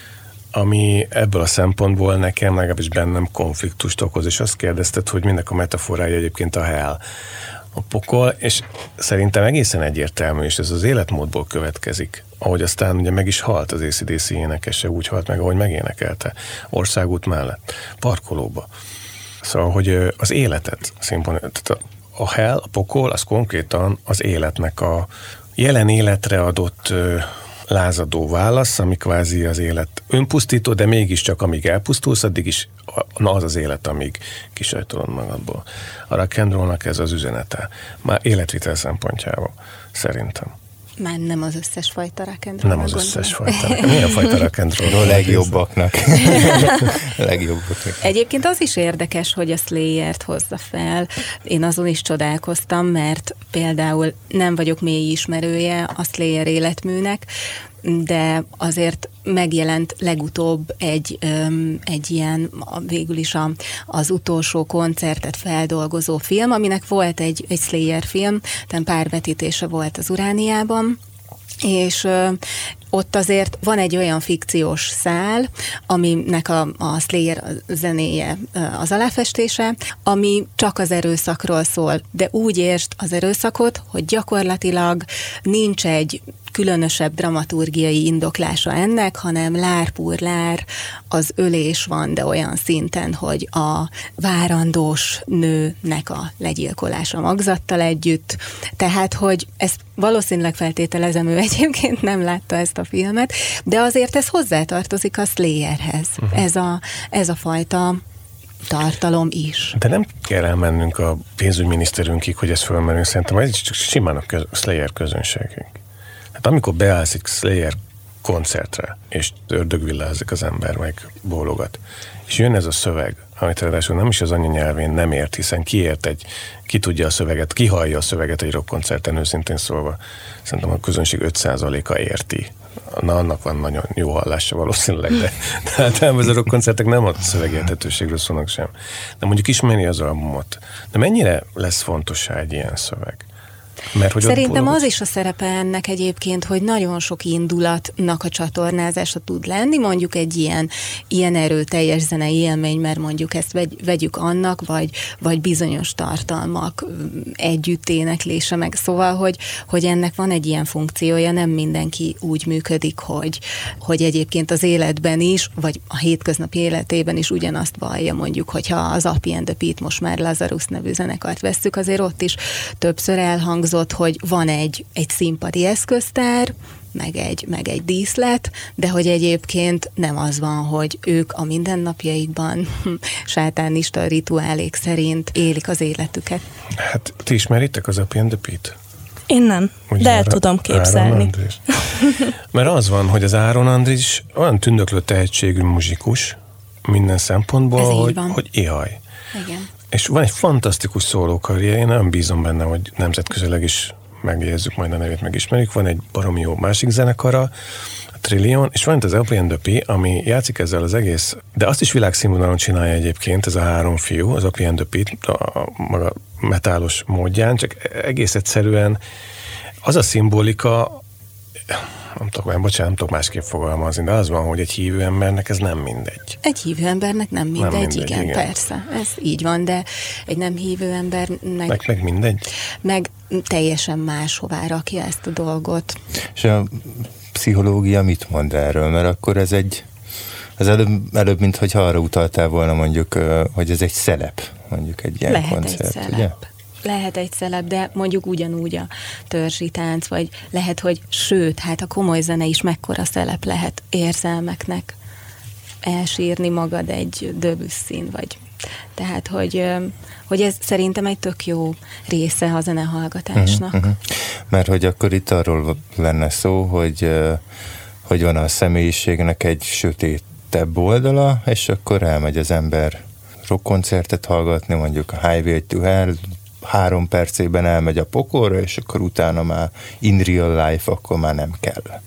ami ebből a szempontból nekem legalábbis bennem konfliktust okoz, és azt kérdezted, hogy mindnek a metaforája egyébként a hell, a pokol, és szerintem egészen egyértelmű, és ez az életmódból következik, ahogy aztán ugye meg is halt az á cé dé cé énekese, úgy halt meg, ahogy megénekelte, országút mellett, parkolóba. Szóval, hogy az életet színpont, tehát a hell, a pokol, az konkrétan az életnek a jelen életre adott lázadó válasz, ami kvázi az élet önpusztító, de mégiscsak amíg elpusztulsz, addig is na az az élet, amíg kisajtolod magadból. A rock and rollnak ez az üzenete. Már életvitel szempontjából, szerintem. Már nem az összes fajta rock and roll. Nem az összes fajta. Milyen fajta rock and roll? A legjobbaknak. A legjobbaknak. Egyébként az is érdekes, hogy a Slayert hozza fel. Én azon is csodálkoztam, mert például nem vagyok mély ismerője a Slayer életműnek, de azért megjelent legutóbb egy, öm, egy ilyen, végül is a, az utolsó koncertet feldolgozó film, aminek volt egy, egy Slayer film, tehát pár vetítése volt az Urániában, és ö, ott azért van egy olyan fikciós szál, aminek a, a Slayer zenéje az aláfestése, ami csak az erőszakról szól, de úgy értsd az erőszakot, hogy gyakorlatilag nincs egy különösebb dramaturgiai indoklása ennek, hanem lárpúrlár, az ölés van, de olyan szinten, hogy a várandós nőnek a legyilkolása magzattal együtt. Tehát, hogy ezt valószínűleg feltételezem, ő egyébként nem látta ezt a filmet, de azért ez hozzátartozik a Slayerhez. Uh-huh. Ez a, ez a fajta tartalom is. De nem kell elmennünk a pénzügyminiszterünkig, hogy ez fölmerül, szerintem ez csak simán a köz, Slayer közönségig. Hát amikor beállsz egy Slayer koncertre, és ördögvillázik az ember, meg bólogat, és jön ez a szöveg, amit ráadásul nem is az anyanyelvén nem ért, hiszen ki ért egy, ki tudja a szöveget, ki hallja a szöveget egy rockkoncerten, őszintén szólva. Szerintem a közönség öt százaléka érti. Na, annak van nagyon jó hallása valószínűleg, de, de általában ez a rockkoncertek nem a szövegérthetőségről szólnak sem. De mondjuk ismeri az albumot. De mennyire lesz fontos egy ilyen szöveg? Mert, hogy szerintem az is a szerepe ennek egyébként, hogy nagyon sok indulatnak a csatornázása tud lenni, mondjuk egy ilyen, ilyen erőteljes zenei élmény, mert mondjuk ezt vegy, vegyük annak, vagy, vagy bizonyos tartalmak együtt éneklése meg. Szóval, hogy, hogy ennek van egy ilyen funkciója, nem mindenki úgy működik, hogy, hogy egyébként az életben is, vagy a hétköznapi életében is ugyanazt vallja, mondjuk, hogyha az Appy and the Pete, most már Lazarus nevű zenekart vesszük, azért ott is többször elhangzott, hogy van egy, egy színpadi eszköztár, meg egy, meg egy díszlet, de hogy egyébként nem az van, hogy ők a mindennapjaikban sátánista rituálék szerint élik az életüket. Hát ti ismeritek az Appy and the Pete? Én nem, Ugye de el Ára, tudom képzelni. Mert az van, hogy az Áron Andris olyan tündöklő tehetségű muzsikus minden szempontból, hogy, hogy ihaj. Igen. És van egy fantasztikus szólókarrier, én nem bízom benne, hogy nemzetközileg is megjegyezzük, majd a nevét megismerjük. Van egy baromi jó másik zenekara, a Trillion, és van itt az Appy and the Pete, ami játszik ezzel az egész, de azt is világszínvonalon csinálja egyébként, ez a három fiú, az Appy and the Pete, a maga metálos módján, csak egész egyszerűen az a szimbolika, nem tudok, már, bocsánat, nem tudok másképp fogalmazni, de az van, hogy egy hívő embernek ez nem mindegy. Egy hívő embernek nem mindegy, nem mindegy igen, igen, persze, ez így van, de egy nem hívő embernek... Meg, meg mindegy. Meg teljesen máshová rakja ezt a dolgot. És a pszichológia mit mond erről? Mert akkor ez egy Az előbb, előbb mint hogyha arra utaltál volna mondjuk, hogy ez egy szelep, mondjuk egy ilyen Lehet koncert, egy szelep. ugye? Lehet egy szelep, de mondjuk ugyanúgy a törzsi tánc, vagy lehet, hogy sőt, hát a komoly zene is mekkora szelep lehet érzelmeknek elsírni magad egy Debussyn, vagy tehát, hogy, hogy ez szerintem egy tök jó része a zenehallgatásnak. Uh-huh, uh-huh. Mert hogy akkor itt arról lenne szó, hogy, hogy van a személyiségnek egy sötétebb oldala, és akkor elmegy az ember rockkoncertet hallgatni, mondjuk a Highway to Hell, három percében elmegy a pokolra, és akkor utána már in real life, akkor már nem kell.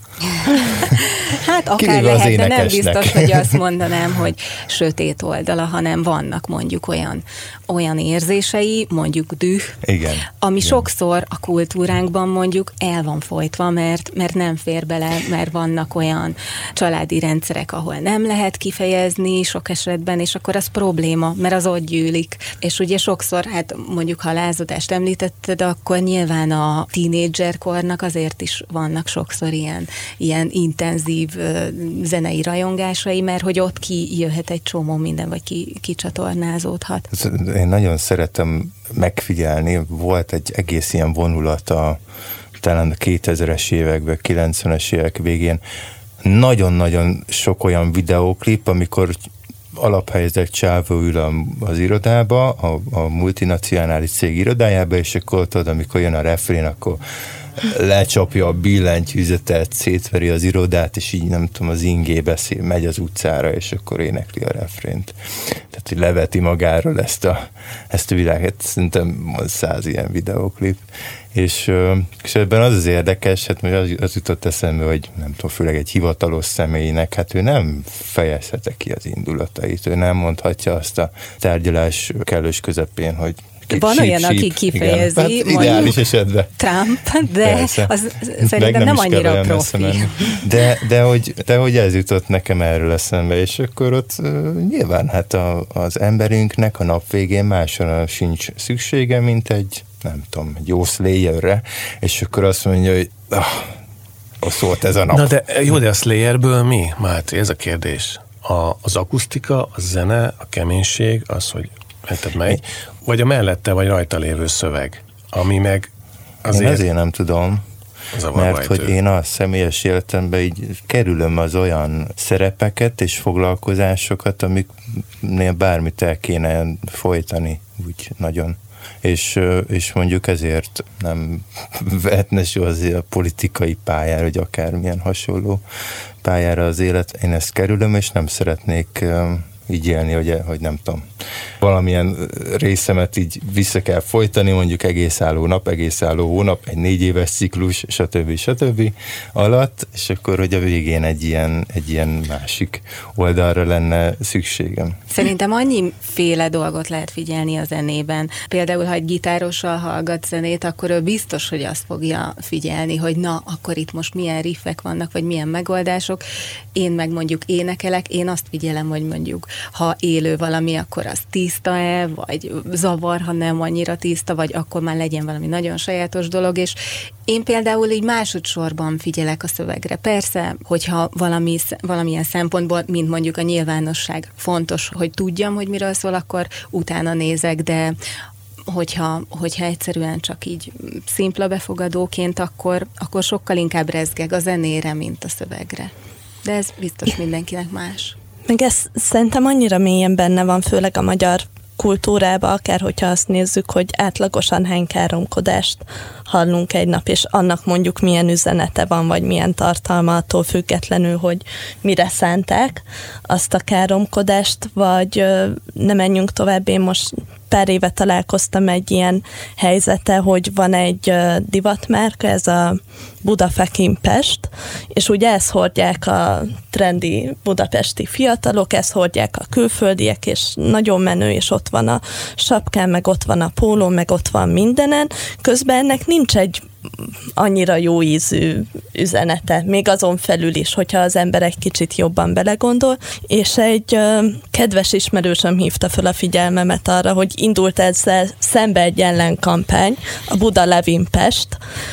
Hát akár lehet, de nem biztos, hogy azt mondanám, hogy sötét oldala, hanem vannak mondjuk olyan, olyan érzései, mondjuk düh, igen, ami igen. sokszor a kultúránkban mondjuk el van folytva, mert, mert nem fér bele, mert vannak olyan családi rendszerek, ahol nem lehet kifejezni sok esetben, és akkor az probléma, mert az ott gyűlik. És ugye sokszor, hát mondjuk ha a lázadást említetted, akkor nyilván a tínédzserkornak azért is vannak sokszor ilyen ilyen intenzív uh, zenei rajongásai, mert hogy ott kijöhet egy csomó minden, vagy ki, kicsatornázódhat. Én nagyon szeretem megfigyelni, volt egy egész ilyen vonulata talán a kétezres években, kilencvenes évek végén, nagyon-nagyon sok olyan videóklip, amikor alaphelyzet csávó ül az irodába, a, a multinacionális cég irodájába, és akkor tudod, amikor jön a refrén, akkor lecsapja a billentyűzetet, szétveri az irodát, és így nem tudom, az ingé beszél, megy az utcára, és akkor énekli a refrént. Tehát, hogy leveti magáról ezt a, ezt a világot. Szerintem van száz ilyen videóklip. És, és ebben az az érdekes, hát az, az jutott eszembe, hogy nem tudom, főleg egy hivatalos személynek, hát ő nem fejezheti ki az indulatait, ő nem mondhatja azt a tárgyalás kellős közepén, hogy van síp, olyan, síp, aki kifejezi, igen, hát ideális esetben. Trump, de persze. Az szerintem nem, nem annyira profi. De, de, hogy, de hogy ez jutott nekem erről eszembe, és akkor ott uh, nyilván hát a, az emberünknek a nap végén másra sincs szüksége, mint egy, nem tudom, egy jó Slayerre, és akkor azt mondja, hogy ah, az volt ez a nap. Na de jó, de a Slayerből mi? Máté, ez a kérdés. A, az akusztika, a zene, a keménység, az, hogy hát megy, vagy a mellette, vagy rajta lévő szöveg, ami meg azért... Én azért nem tudom, mert hogy én a személyes életemben így kerülöm az olyan szerepeket és foglalkozásokat, amiknél bármit el kéne folytani, úgy nagyon. És, és mondjuk ezért nem vehetne soha azért a politikai pályára, vagy akármilyen hasonló pályára az élet. Én ezt kerülöm, és nem szeretnék így élni, hogy, hogy nem tudom, valamilyen részemet így vissza kell folytani, mondjuk egész álló nap, egész álló hónap, egy négy éves ciklus, stb. stb. Alatt, és akkor, hogy a végén egy ilyen, egy ilyen másik oldalra lenne szükségem. Szerintem annyiféle dolgot lehet figyelni a zenében. Például, ha egy gitárossal hallgat zenét, akkor ő biztos, hogy azt fogja figyelni, hogy na, akkor itt most milyen riffek vannak, vagy milyen megoldások. Én meg mondjuk énekelek, én azt figyelem, hogy mondjuk ha élő valami, akkor az tiszta-e, vagy zavar, ha nem annyira tiszta, vagy akkor már legyen valami nagyon sajátos dolog, és én például így másodszorban figyelek a szövegre. Persze, hogyha valami, valamilyen szempontból, mint mondjuk a nyilvánosság fontos, hogy tudjam, hogy miről szól, akkor utána nézek, de hogyha, hogyha egyszerűen csak így szimpla befogadóként, akkor, akkor sokkal inkább rezgek a zenére, mint a szövegre. De ez biztos mindenkinek más. Meg ez szerintem annyira mélyen benne van, főleg a magyar kultúrában, akár hogyha azt nézzük, hogy átlagosan hány káromkodást hallunk egy nap, és annak mondjuk milyen üzenete van, vagy milyen tartalma, attól függetlenül, hogy mire szánták azt a káromkodást, vagy ne menjünk tovább, én most pár éve találkoztam egy ilyen helyzete, hogy van egy divatmárka, ez a Buda Fucking Pest, és ugye ezt hordják a trendi budapesti fiatalok, ezt hordják a külföldiek, és nagyon menő, és ott van a sapkán, meg ott van a póló, meg ott van mindenen. Közben ennek nincs egy annyira jó ízű üzenete, még azon felül is, hogyha az ember egy kicsit jobban belegondol, és egy uh, kedves ismerősöm hívta fel a figyelmemet arra, hogy indult ezzel szembe egy ellenkampány, a Buda Levin Pest.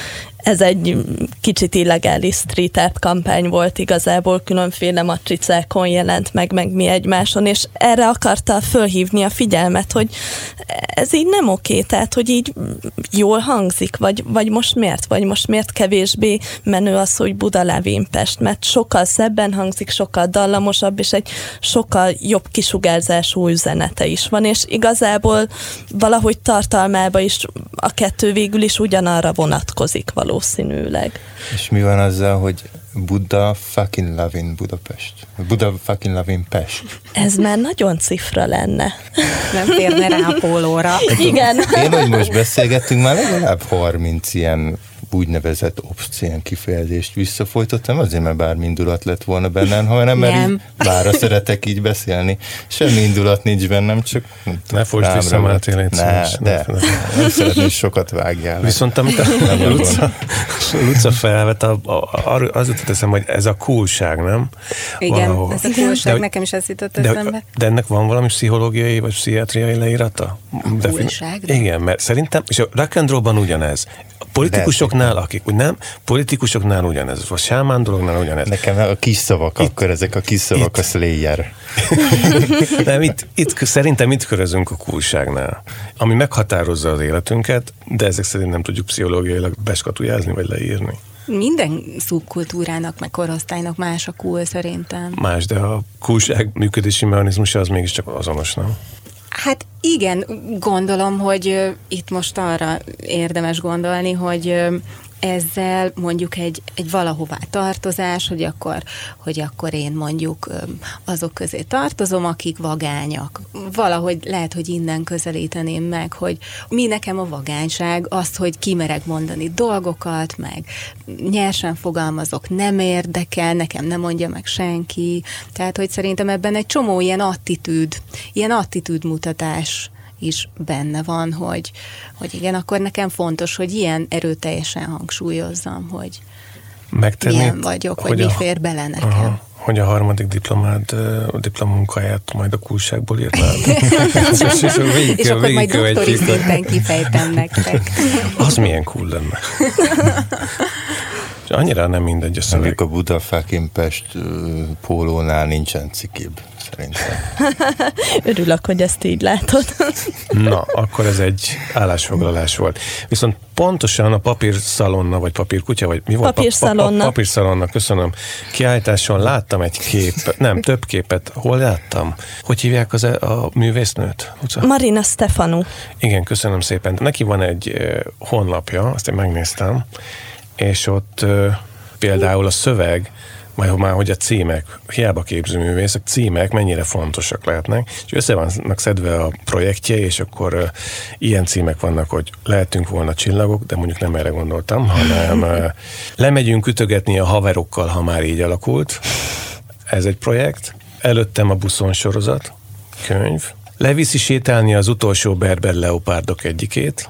ez egy kicsit illegális street art kampány volt igazából, különféle matricákon jelent meg, meg mi egymáson, és erre akarta fölhívni a figyelmet, hogy ez így nem oké, tehát hogy így jól hangzik, vagy, vagy most miért, vagy most miért kevésbé menő az, hogy Buda Levin Pest, mert sokkal szebben hangzik, sokkal dallamosabb, és egy sokkal jobb kisugárzású üzenete is van, és igazából valahogy tartalmába is a kettő végül is ugyanarra vonatkozik valószínűleg. És mi van azzal, hogy Buddha fucking Levin Budapest? Buddha fucking Levin Pest? Ez már nagyon cifra lenne. Nem férne rá a pólóra. Igen. Én, hogy most beszélgettünk, már legalább harminc ilyen úgynevezett obszcén kifejezést visszafolytottam, azért, mert bármi indulat lett volna bennem, ha nem, mert így bárra szeretek így beszélni. Semmi indulat nincs bennem, csak... Ne folytsd vissza, Máté, légy szíves. De nem szeretném, sokat vágjál. Viszont amit a Luca, Luca felvet, a, a, az jutott eszem, hogy ez a coolság, nem? Igen, valahol. Ez a coolság, de, nekem is ez jutott eszembe. De, de ennek van valami pszichológiai vagy pszichiátriai leírata? A coolság? Igen, mert szerintem, és a rock and rollban ugyanez. A politikusoknál, akik úgy nem, politikusoknál ugyanez, a sámán dolognál ugyanez. Nekem a kis szavak, itt, akkor ezek a kis szavak itt, a Slayer. Nem, itt, itt, szerintem itt körözünk a coolságnál, ami meghatározza az életünket, de ezek szerint nem tudjuk pszichológiailag beskatujázni vagy leírni. Minden szubkultúrának, meg korosztálynak más a cool szerintem. Más, de a coolság működési mechanizmusa az mégiscsak azonos, nem? Hát igen, gondolom, hogy itt most arra érdemes gondolni, hogy ezzel mondjuk egy, egy valahová tartozás, hogy akkor, hogy akkor én mondjuk azok közé tartozom, akik vagányak. Valahogy lehet, hogy innen közelíteném meg, hogy mi nekem a vagányság, az, hogy kimereg mondani dolgokat, meg nyersen fogalmazok, nem érdekel, nekem nem mondja meg senki. Tehát, hogy szerintem ebben egy csomó ilyen attitűd, ilyen attitűdmutatás is benne van, hogy, hogy igen, akkor nekem fontos, hogy ilyen erőteljesen hangsúlyozzam, hogy megtenni, milyen vagyok, hogy mi fér bele nekem. Aha, hogy a harmadik diplomád, a diplomunkáját majd a coolságból írnád. És akkor majd doktori szinten kifejtem nektek. Az milyen cool lenne. Annyira nem mindegy a szöveg. Mondjuk a Buddha fucking Pest pólónál nincsen cikibb, szerintem. Örülök, hogy ezt így látod. Na, akkor ez egy állásfoglalás volt. Viszont pontosan a papírszalonna, vagy papírkutya, vagy mi volt? Papírszalonna. Pa, pa, papírszalonna, köszönöm. Kiállításon láttam egy kép, nem, több képet. Hol láttam? Hogy hívják az a művésznőt? Uca? Marina Stefanu. Igen, köszönöm szépen. Neki van egy honlapja, azt én megnéztem, és ott uh, például a szöveg, majd már hogy a címek, hiába képzőművészek, címek mennyire fontosak lehetnek, és össze vannak szedve a projektje, és akkor uh, ilyen címek vannak, hogy lehetünk volna csillagok, de mondjuk nem erre gondoltam, hanem uh, lemegyünk ütögetni a haverokkal, ha már így alakult. Ez egy projekt. Előttem a Buszon sorozat, könyv. Leviszi sétálni az utolsó berber leopárdok egyikét.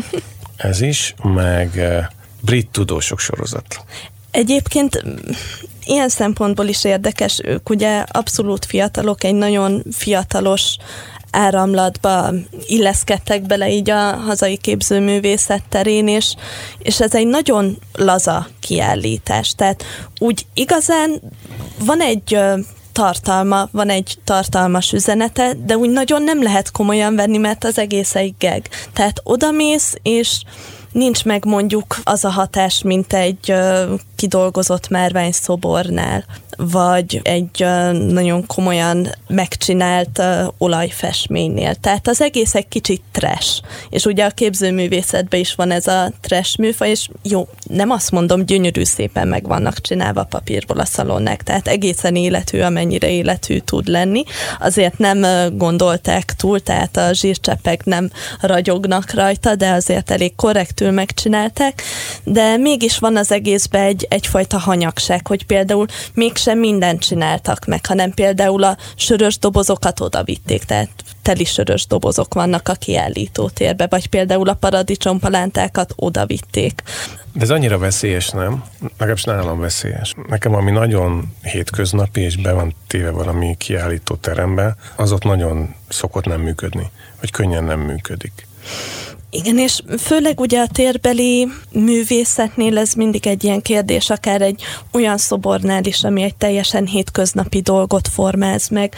Ez is, meg... Uh, brit tudósok sorozat. Egyébként ilyen szempontból is érdekes, ők ugye abszolút fiatalok, egy nagyon fiatalos áramlatba illeszkedtek bele így a hazai képzőművészet terén, és, és ez egy nagyon laza kiállítás. Tehát úgy igazán van egy tartalma, van egy tartalmas üzenete, de úgy nagyon nem lehet komolyan venni, mert az egész egy geg. Tehát odamész, és nincs meg mondjuk az a hatás, mint egy uh, kidolgozott márvány szobornál, vagy egy uh, nagyon komolyan megcsinált uh, olajfestménynél. Tehát az egész egy kicsit trash. És ugye a képzőművészetben is van ez a trash műfaj, és jó, nem azt mondom, gyönyörű szépen meg vannak csinálva papírból a szalonnák, tehát egészen életű, amennyire életű tud lenni. Azért nem uh, gondolták túl, tehát a zsírcseppek nem ragyognak rajta, de azért elég korrektül megcsinálták, de mégis van az egészben egy, egyfajta hanyagság, hogy például mégsem mindent csináltak meg, hanem például a sörös dobozokat odavitték, tehát teli sörös dobozok vannak a kiállítótérbe, vagy például a paradicsompalántákat odavitték. De ez annyira veszélyes, nem? Legalábbis nálam veszélyes. Nekem, ami nagyon hétköznapi, és be van téve valami kiállítóterembe, az ott nagyon szokott nem működni, vagy könnyen nem működik. Igen, és főleg ugye a térbeli művészetnél ez mindig egy ilyen kérdés, akár egy olyan szobornál is, ami egy teljesen hétköznapi dolgot formáz meg.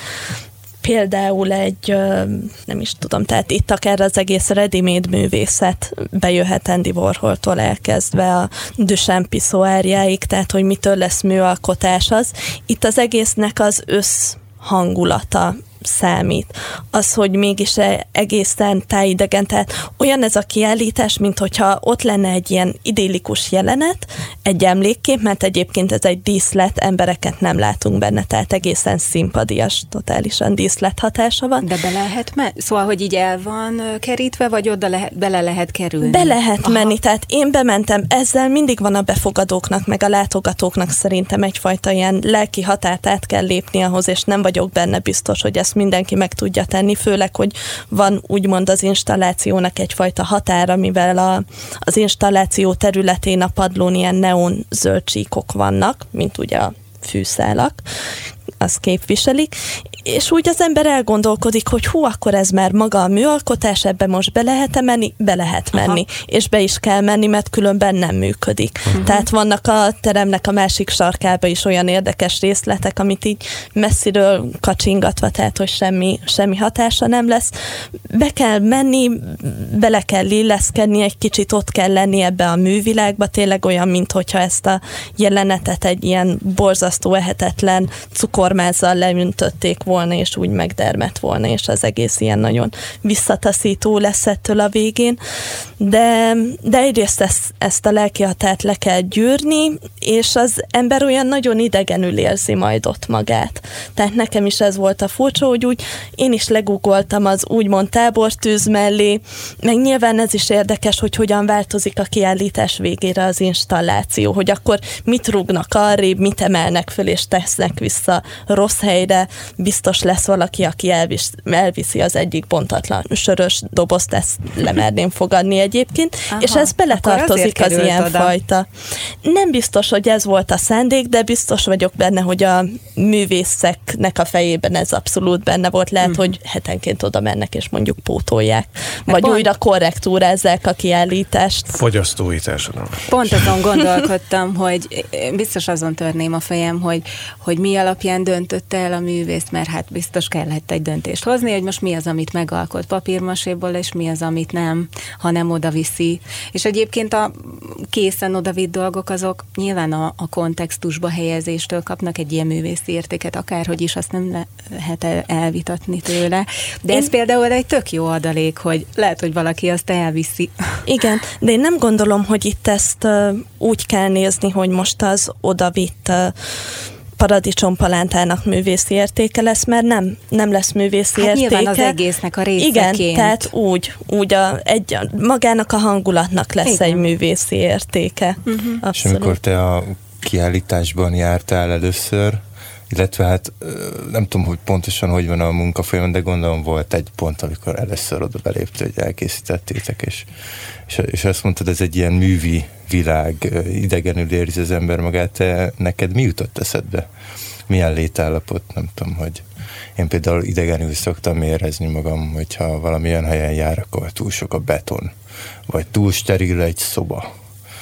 Például egy, nem is tudom, tehát itt akár az egész ready-made művészet bejöhet Andy Warholtól elkezdve a Duchamp piszoárjáig, tehát hogy mitől lesz műalkotás az. Itt az egésznek az összhangulata számít. Az, hogy mégis egészen tájidegen, tehát olyan ez a kiállítás, mint hogyha ott lenne egy ilyen idillikus jelenet, egy emlékkép, mert egyébként ez egy díszlet, embereket nem látunk benne, tehát egészen színpadias, totálisan díszlet hatása van. De be lehet menni? Szóval, hogy így el van kerítve, vagy oda lehet, bele lehet kerülni? Be lehet Aha. menni, tehát én bementem, ezzel mindig van a befogadóknak, meg a látogatóknak szerintem egyfajta ilyen lelki határt át kell lépni ahhoz, és nem vagyok benne biztos, hogy ez mindenki meg tudja tenni, főleg, hogy van úgymond az installációnak egyfajta határa, mivel a, az installáció területén a padlón ilyen neon zöld csíkok vannak, mint ugye a fűszálak, azt képviselik, és úgy az ember elgondolkodik, hogy hú, akkor ez már maga a műalkotás, ebbe most be lehet menni? Be lehet menni. Aha. És be is kell menni, mert különben nem működik. Uh-huh. Tehát vannak a teremnek a másik sarkába is olyan érdekes részletek, amit így messziről kacsingatva, tehát hogy semmi, semmi hatása nem lesz. Be kell menni, bele kell illeszkedni, egy kicsit ott kell lenni ebbe a művilágba, tényleg olyan, mint hogyha ezt a jelenetet egy ilyen borzasztó, ehetetlen cukormázzal leüntötték volna, és úgy megdermett volna, és az egész ilyen nagyon visszataszító lesz ettől a végén. De, de egyrészt ezt, ezt a lelki határt le kell gyűrni, és az ember olyan nagyon idegenül érzi majd ott magát. Tehát nekem is ez volt a furcsa, hogy úgy én is legugoltam az úgymond tábortűz mellé, meg nyilván ez is érdekes, hogy hogyan változik a kiállítás végére az installáció, hogy akkor mit rúgnak arrébb, mit emelnek föl, és tesznek vissza rossz helyre, biztos lesz valaki, aki elvis, elviszi az egyik bontatlan sörös dobozt, ezt lemerném fogadni egyébként, Aha, és ez beletartozik az ilyen oda. Fajta. Nem biztos, hogy ez volt a szándék, de biztos vagyok benne, hogy a művészeknek a fejében ez abszolút benne volt. Lehet, hmm. hogy hetenként oda mennek, és mondjuk pótolják. De vagy pont... újra korrektúrázzák a kiállítást. Fogyasztói társadalom. Pont azon gondolkodtam, hogy biztos azon törném a fejem, hogy, hogy mi alapján döntött el a művész, mert hát biztos kellett egy döntést hozni, hogy most mi az, amit megalkot papírmaséból, és mi az, amit nem, hanem oda viszi. És egyébként a készen odavitt dolgok, azok nyilván a, a kontextusba helyezéstől kapnak egy ilyen művészi értéket, akárhogy is, azt nem lehet el, elvitatni tőle. De én... ez például egy tök jó adalék, hogy lehet, hogy valaki azt elviszi. Igen, de én nem gondolom, hogy itt ezt uh, úgy kell nézni, hogy most az odavitt uh, paradicsompalántának művészi értéke lesz, mert nem, nem lesz művészi hát értéke. Nyilván az egésznek a részeként. Igen, tehát úgy, úgy a, egy, magának a hangulatnak lesz Igen. egy művészi értéke. Uh-huh. És amikor te a kiállításban jártál először, illetve hát nem tudom, hogy pontosan hogy van a munkafolyam, de gondolom volt egy pont, amikor először oda beléptél, hogy elkészítettétek, és, és, és azt mondtad, ez egy ilyen művi világ, idegenül érzi az ember magát. Te, neked mi jutott eszedbe? Milyen létállapot? Nem tudom, hogy én például idegenül szoktam érezni magam, hogyha valamilyen helyen jár, akkor túl sok a beton, vagy túl steril egy szoba.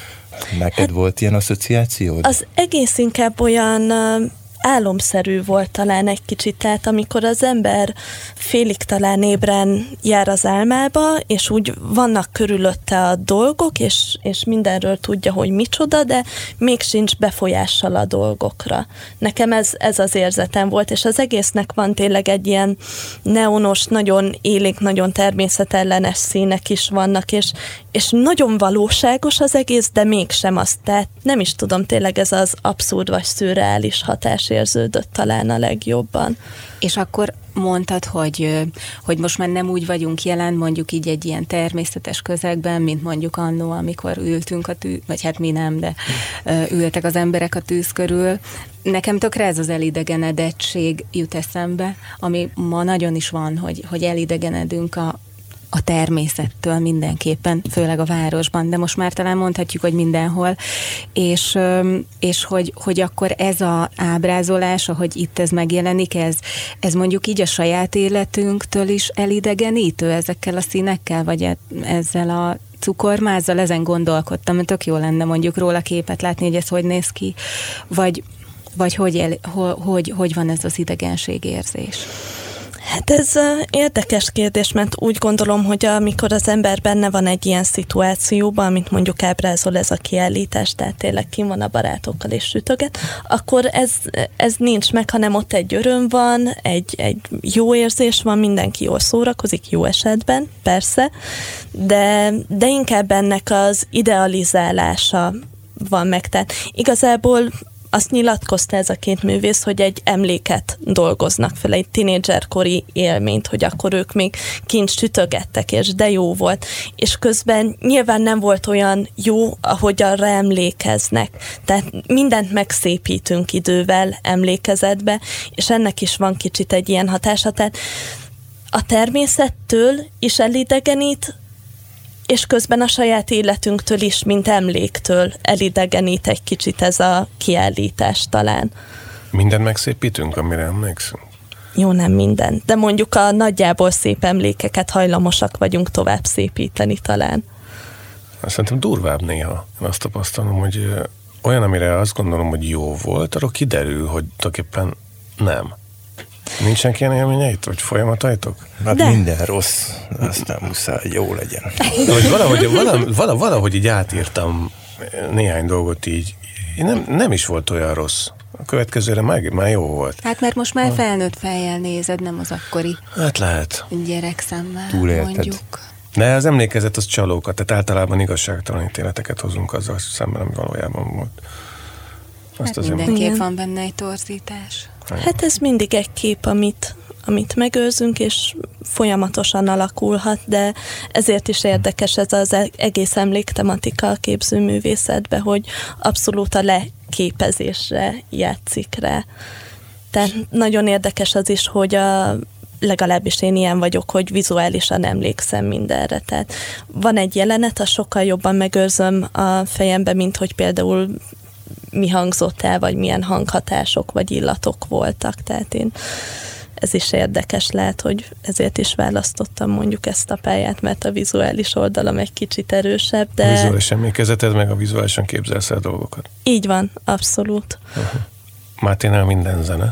Neked hát volt ilyen asszociációd? Az egész inkább olyan álomszerű volt talán egy kicsit, tehát amikor az ember félig talán ébren jár az álmába, és úgy vannak körülötte a dolgok, és, és mindenről tudja, hogy micsoda, de még sincs befolyással a dolgokra. Nekem ez, ez az érzetem volt, és az egésznek van tényleg egy ilyen neonos, nagyon élénk, nagyon természetellenes színek is vannak, és, és nagyon valóságos az egész, de mégsem az. Tehát nem is tudom, tényleg ez az abszurd vagy szürreális hatás érződött talán a legjobban. És akkor mondtad, hogy, hogy most már nem úgy vagyunk jelen, mondjuk így egy ilyen természetes közegben, mint mondjuk annó, amikor ültünk a tűz, vagy hát mi nem, de ültek az emberek a tűz körül. Nekem tökre ez az elidegenedettség jut eszembe, ami ma nagyon is van, hogy, hogy elidegenedünk a a természettől mindenképpen, főleg a városban, de most már talán mondhatjuk, hogy mindenhol, és, és hogy, hogy akkor ez az ábrázolás, ahogy itt ez megjelenik, ez, ez mondjuk így a saját életünktől is elidegenítő ezekkel a színekkel, vagy ezzel a cukormázzal, ezen gondolkodtam, hogy tök jó lenne mondjuk róla képet látni, hogy ez hogy néz ki, vagy, vagy hogy, el, hogy, hogy van ez az idegenségérzés. Hát ez érdekes kérdés, mert úgy gondolom, hogy amikor az ember benne van egy ilyen szituációban, amit mondjuk ábrázol ez a kiállítás, tehát tényleg kim van a barátokkal és sütöget, akkor ez, ez nincs meg, hanem ott egy öröm van, egy, egy jó érzés van, mindenki jól szórakozik, jó esetben, persze, de, de inkább ennek az idealizálása van meg. Tehát igazából azt nyilatkozta ez a két művész, hogy egy emléket dolgoznak fel, egy tinédzserkori élményt, hogy akkor ők még kint sütögettek, és de jó volt. És közben nyilván nem volt olyan jó, ahogy arra emlékeznek. Tehát mindent megszépítünk idővel emlékezetbe, és ennek is van kicsit egy ilyen hatása. Tehát a természettől is elidegenít, és közben a saját életünktől is, mint emléktől elidegenít egy kicsit ez a kiállítás talán. Mindent megszépítünk, amire emlékszünk? Jó, nem minden, de mondjuk a nagyjából szép emlékeket hajlamosak vagyunk tovább szépíteni talán. Szerintem durvább néha. Én azt tapasztalom, hogy olyan, amire azt gondolom, hogy jó volt, arról kiderül, hogy tulajdonképpen nem. Nincsenek ilyen élményeit, vagy folyamataitok? Hát de. Minden rossz, aztán muszáj jó legyen. De, hogy valahogy, valahogy, valahogy így átírtam néhány dolgot így, nem, nem is volt olyan rossz. A következőre már, már jó volt. Hát mert most már felnőtt fejjel nézed, nem az akkori hát lehet. gyerekszemmel, túlélted. Mondjuk. De az emlékezet az csalókat, tehát általában igazságtalan ítéleteket hozunk azzal szemben, ami valójában volt. Azt hát mindenképp van benne egy torzítás. Hát ez mindig egy kép, amit, amit megőrzünk, és folyamatosan alakulhat, de ezért is érdekes ez az egész emléktematika a képzőművészetben, hogy abszolút a leképezésre játszik rá. Tehát nagyon érdekes az is, hogy a legalábbis én ilyen vagyok, hogy vizuálisan emlékszem mindenre. Tehát van egy jelenet, azt sokkal jobban megőrzöm a fejembe, mint hogy például mi hangzott el, vagy milyen hanghatások, vagy illatok voltak. Tehát én ez is érdekes lehet, hogy ezért is választottam mondjuk ezt a pályát, mert a vizuális oldalam egy kicsit erősebb, de... A vizuális emlékezeted, meg a vizuálisan képzelsz el dolgokat. Így van, abszolút. Uh-huh. Máténál minden zene?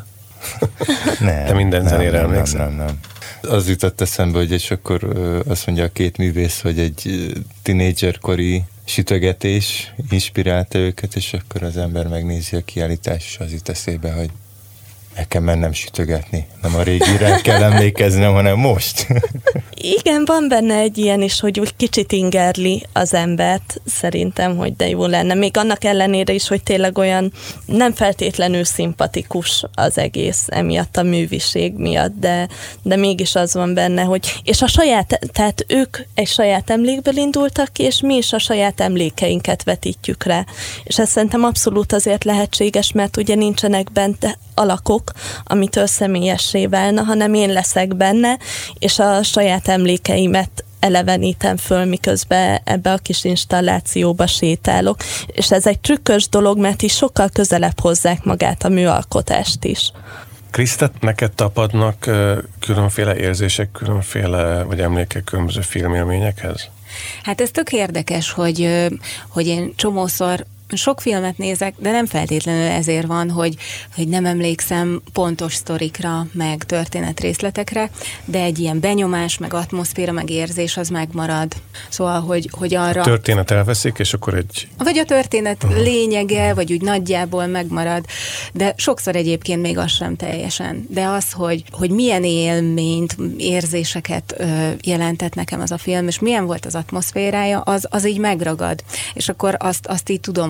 Nem. De minden nem, zenére nem, emlékszel? Nem, nem, nem. Az jutott eszembe, hogy és akkor azt mondja a két művész, hogy egy tinédzserkori sütögetés inspirálta őket, és akkor az ember megnézi a kiállítást, és az jut eszébe, hogy el kell mennem sütögetni. Nem a régire kell emlékeznem, hanem most. Igen, van benne egy ilyen is, hogy úgy kicsit ingerli az embert, szerintem, hogy de jó lenne. Még annak ellenére is, hogy tényleg olyan nem feltétlenül szimpatikus az egész emiatt a műviség miatt, de, de mégis az van benne, hogy és a saját, tehát ők egy saját emlékből indultak ki, és mi is a saját emlékeinket vetítjük rá. És ez szerintem abszolút azért lehetséges, mert ugye nincsenek benne alakok, amitől személyessé válna, hanem én leszek benne, és a saját emlékeimet elevenítem föl, miközben ebbe a kis installációba sétálok. És ez egy trükkös dolog, mert is sokkal közelebb hozzák magát a műalkotást is. Kriszta, neked tapadnak különféle érzések, különféle, vagy emlékek különböző filmélményekhez? Hát ez tök érdekes, hogy, hogy én csomószor sok filmet nézek, de nem feltétlenül ezért van, hogy, hogy nem emlékszem pontos sztorikra, meg történetrészletekre, de egy ilyen benyomás, meg atmoszféra, meg érzés az megmarad. Szóval, hogy, hogy arra... A történet elveszik, és akkor egy... Vagy a történet uh-huh. lényege, vagy úgy nagyjából megmarad, de sokszor egyébként még az sem teljesen. De az, hogy, hogy milyen élményt, érzéseket ö, jelentett nekem az a film, és milyen volt az atmoszférája, az, az így megragad. És akkor azt, azt így tudom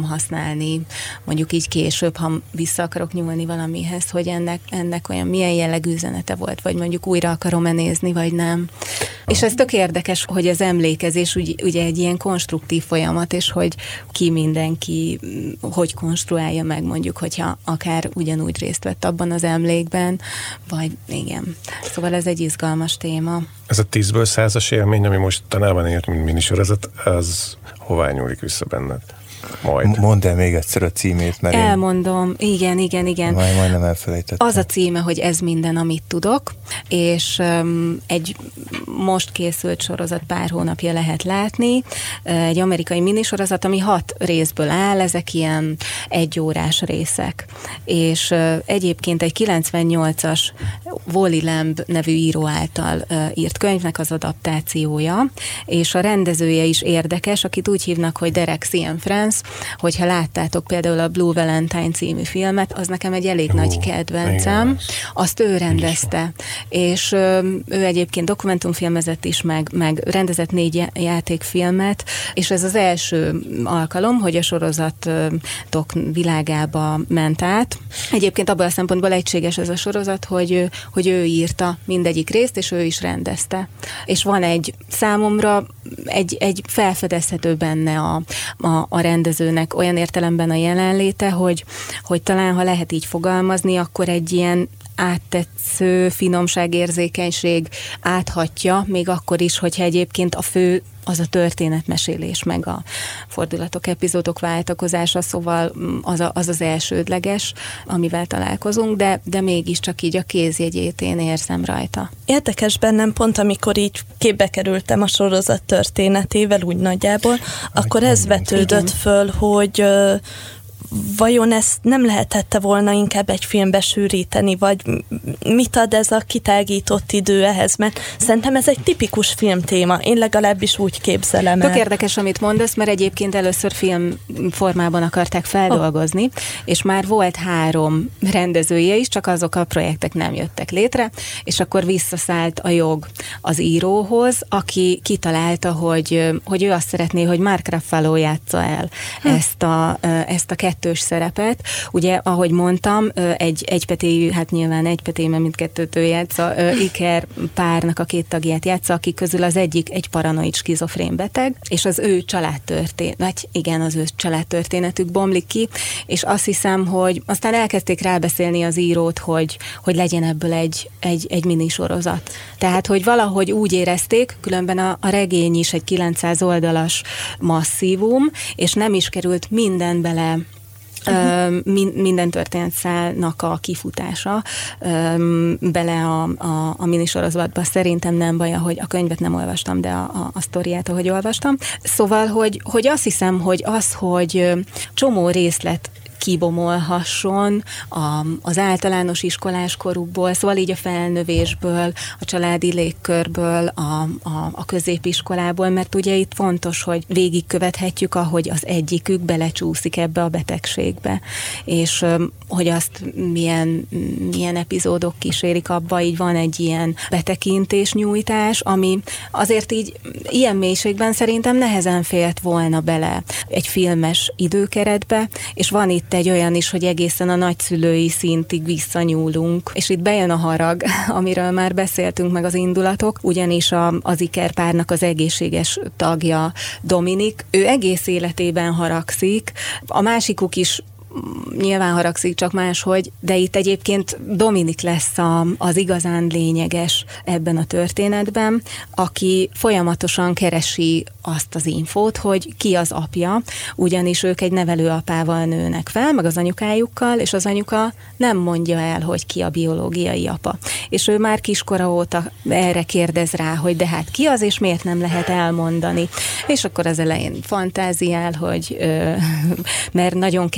használni, mondjuk így később, ha vissza akarok nyúlni valamihez, hogy ennek, ennek olyan milyen jellegű üzenete volt, vagy mondjuk újra akarom-e nézni, vagy nem. És ez tök érdekes, hogy az emlékezés ugye, ugye egy ilyen konstruktív folyamat, és hogy ki mindenki, hogy konstruálja meg mondjuk, hogyha akár ugyanúgy részt vett abban az emlékben, vagy igen. Szóval ez egy izgalmas téma. Ez a tízből százas élmény, ami mostanában ért, mint minisorozat, az hová nyúlik vissza benned? Majd. Mondd el még egyszer a címét, mert Elmondom, én... igen, igen, igen. Majd, majdnem elfelejtettem. Az a címe, hogy Ez minden, amit tudok, és um, egy most készült sorozat, pár hónapja lehet látni, egy amerikai minisorozat, ami hat részből áll, ezek ilyen egyórás részek. És uh, egyébként egy kilencvennyolcas Wally Lamb nevű író által uh, írt könyvnek az adaptációja, és a rendezője is érdekes, akit úgy hívnak, hogy Derek Cianfrance, hogyha láttátok például a Blue Valentine című filmet, az nekem egy elég uh, nagy kedvencem. Igen. Azt ő rendezte, és ő egyébként dokumentumfilmezett is, meg, meg rendezett négy játékfilmet, és ez az első alkalom, hogy a sorozatok világába ment át. Egyébként abban a szempontból egységes ez a sorozat, hogy, hogy ő írta mindegyik részt, és ő is rendezte. És van egy számomra egy, egy felfedezhető benne a, a, a rendezőnek olyan értelemben a jelenléte, hogy, hogy talán, ha lehet így fogalmazni, akkor egy ilyen áttetsző finomságérzékenység áthatja, még akkor is, hogyha egyébként a fő az a történetmesélés, meg a fordulatok, epizódok váltakozása, szóval az a, az, az elsődleges, amivel találkozunk, de, de mégiscsak így a kézjegyét én érzem rajta. Érdekes bennem pont, amikor így képbe kerültem a sorozat történetével, úgy nagyjából, akkor ez vetődött föl, hogy vajon ezt nem lehetette volna inkább egy filmbe sűríteni, vagy mit ad ez a kitágított idő ehhez, mert szerintem ez egy tipikus filmtéma. Én legalábbis úgy képzelem el. Tök érdekes, amit mondasz, mert egyébként először film formában akarták feldolgozni, oh. és már volt három rendezője is, csak azok a projektek nem jöttek létre, és akkor visszaszállt a jog az íróhoz, aki kitalálta, hogy, hogy ő azt szeretné, hogy Mark Ruffalo játsza el hm. ezt a, ezt a kettős szerepet. Ugye, ahogy mondtam, egy egypetéjű, hát nyilván egypetéjű, mert mindkettőt ő játsza, Iker párnak a két tagját játsza, akik közül az egyik egy paranoid skizofrén beteg, és az ő családtörténet, vagy igen, az ő családtörténetük bomlik ki, és azt hiszem, hogy aztán elkezdték rábeszélni az írót, hogy, hogy legyen ebből egy, egy, egy minisorozat. Tehát, hogy valahogy úgy érezték, különben a, a regény is egy kilencszáz oldalas masszívum, és nem is került minden bele Uh-huh. minden történetszálnak a kifutása bele a, a, a minisorozatba. Szerintem nem baj, hogy a könyvet nem olvastam, de a, a, a sztoriát, ahogy olvastam. Szóval, hogy, hogy azt hiszem, hogy az, hogy csomó részlet kibomolhasson a, az általános iskolás korukból, szóval így a felnövésből, a családi légkörből, a, a, a középiskolából, mert ugye itt fontos, hogy végigkövethetjük, ahogy az egyikük belecsúszik ebbe a betegségbe, és hogy azt milyen, milyen epizódok kísérik abba, így van egy ilyen betekintés nyújtás, ami azért így ilyen mélységben szerintem nehezen félt volna bele egy filmes időkeretbe, és van itt egy olyan is, hogy egészen a nagyszülői szintig visszanyúlunk, és itt bejön a harag, amiről már beszéltünk, meg az indulatok, ugyanis a, az Iker párnak az egészséges tagja, Dominik, ő egész életében haragszik, a másikuk is nyilván haragszik, csak máshogy, de itt egyébként Dominik lesz a, az igazán lényeges ebben a történetben, aki folyamatosan keresi azt az infót, hogy ki az apja, ugyanis ők egy nevelőapával nőnek fel, meg az anyukájukkal, és az anyuka nem mondja el, hogy ki a biológiai apa. És ő már kiskora óta erre kérdez rá, hogy de hát ki az, és miért nem lehet elmondani. És akkor az elején fantáziál, hogy ö, mert nagyon kemény a család,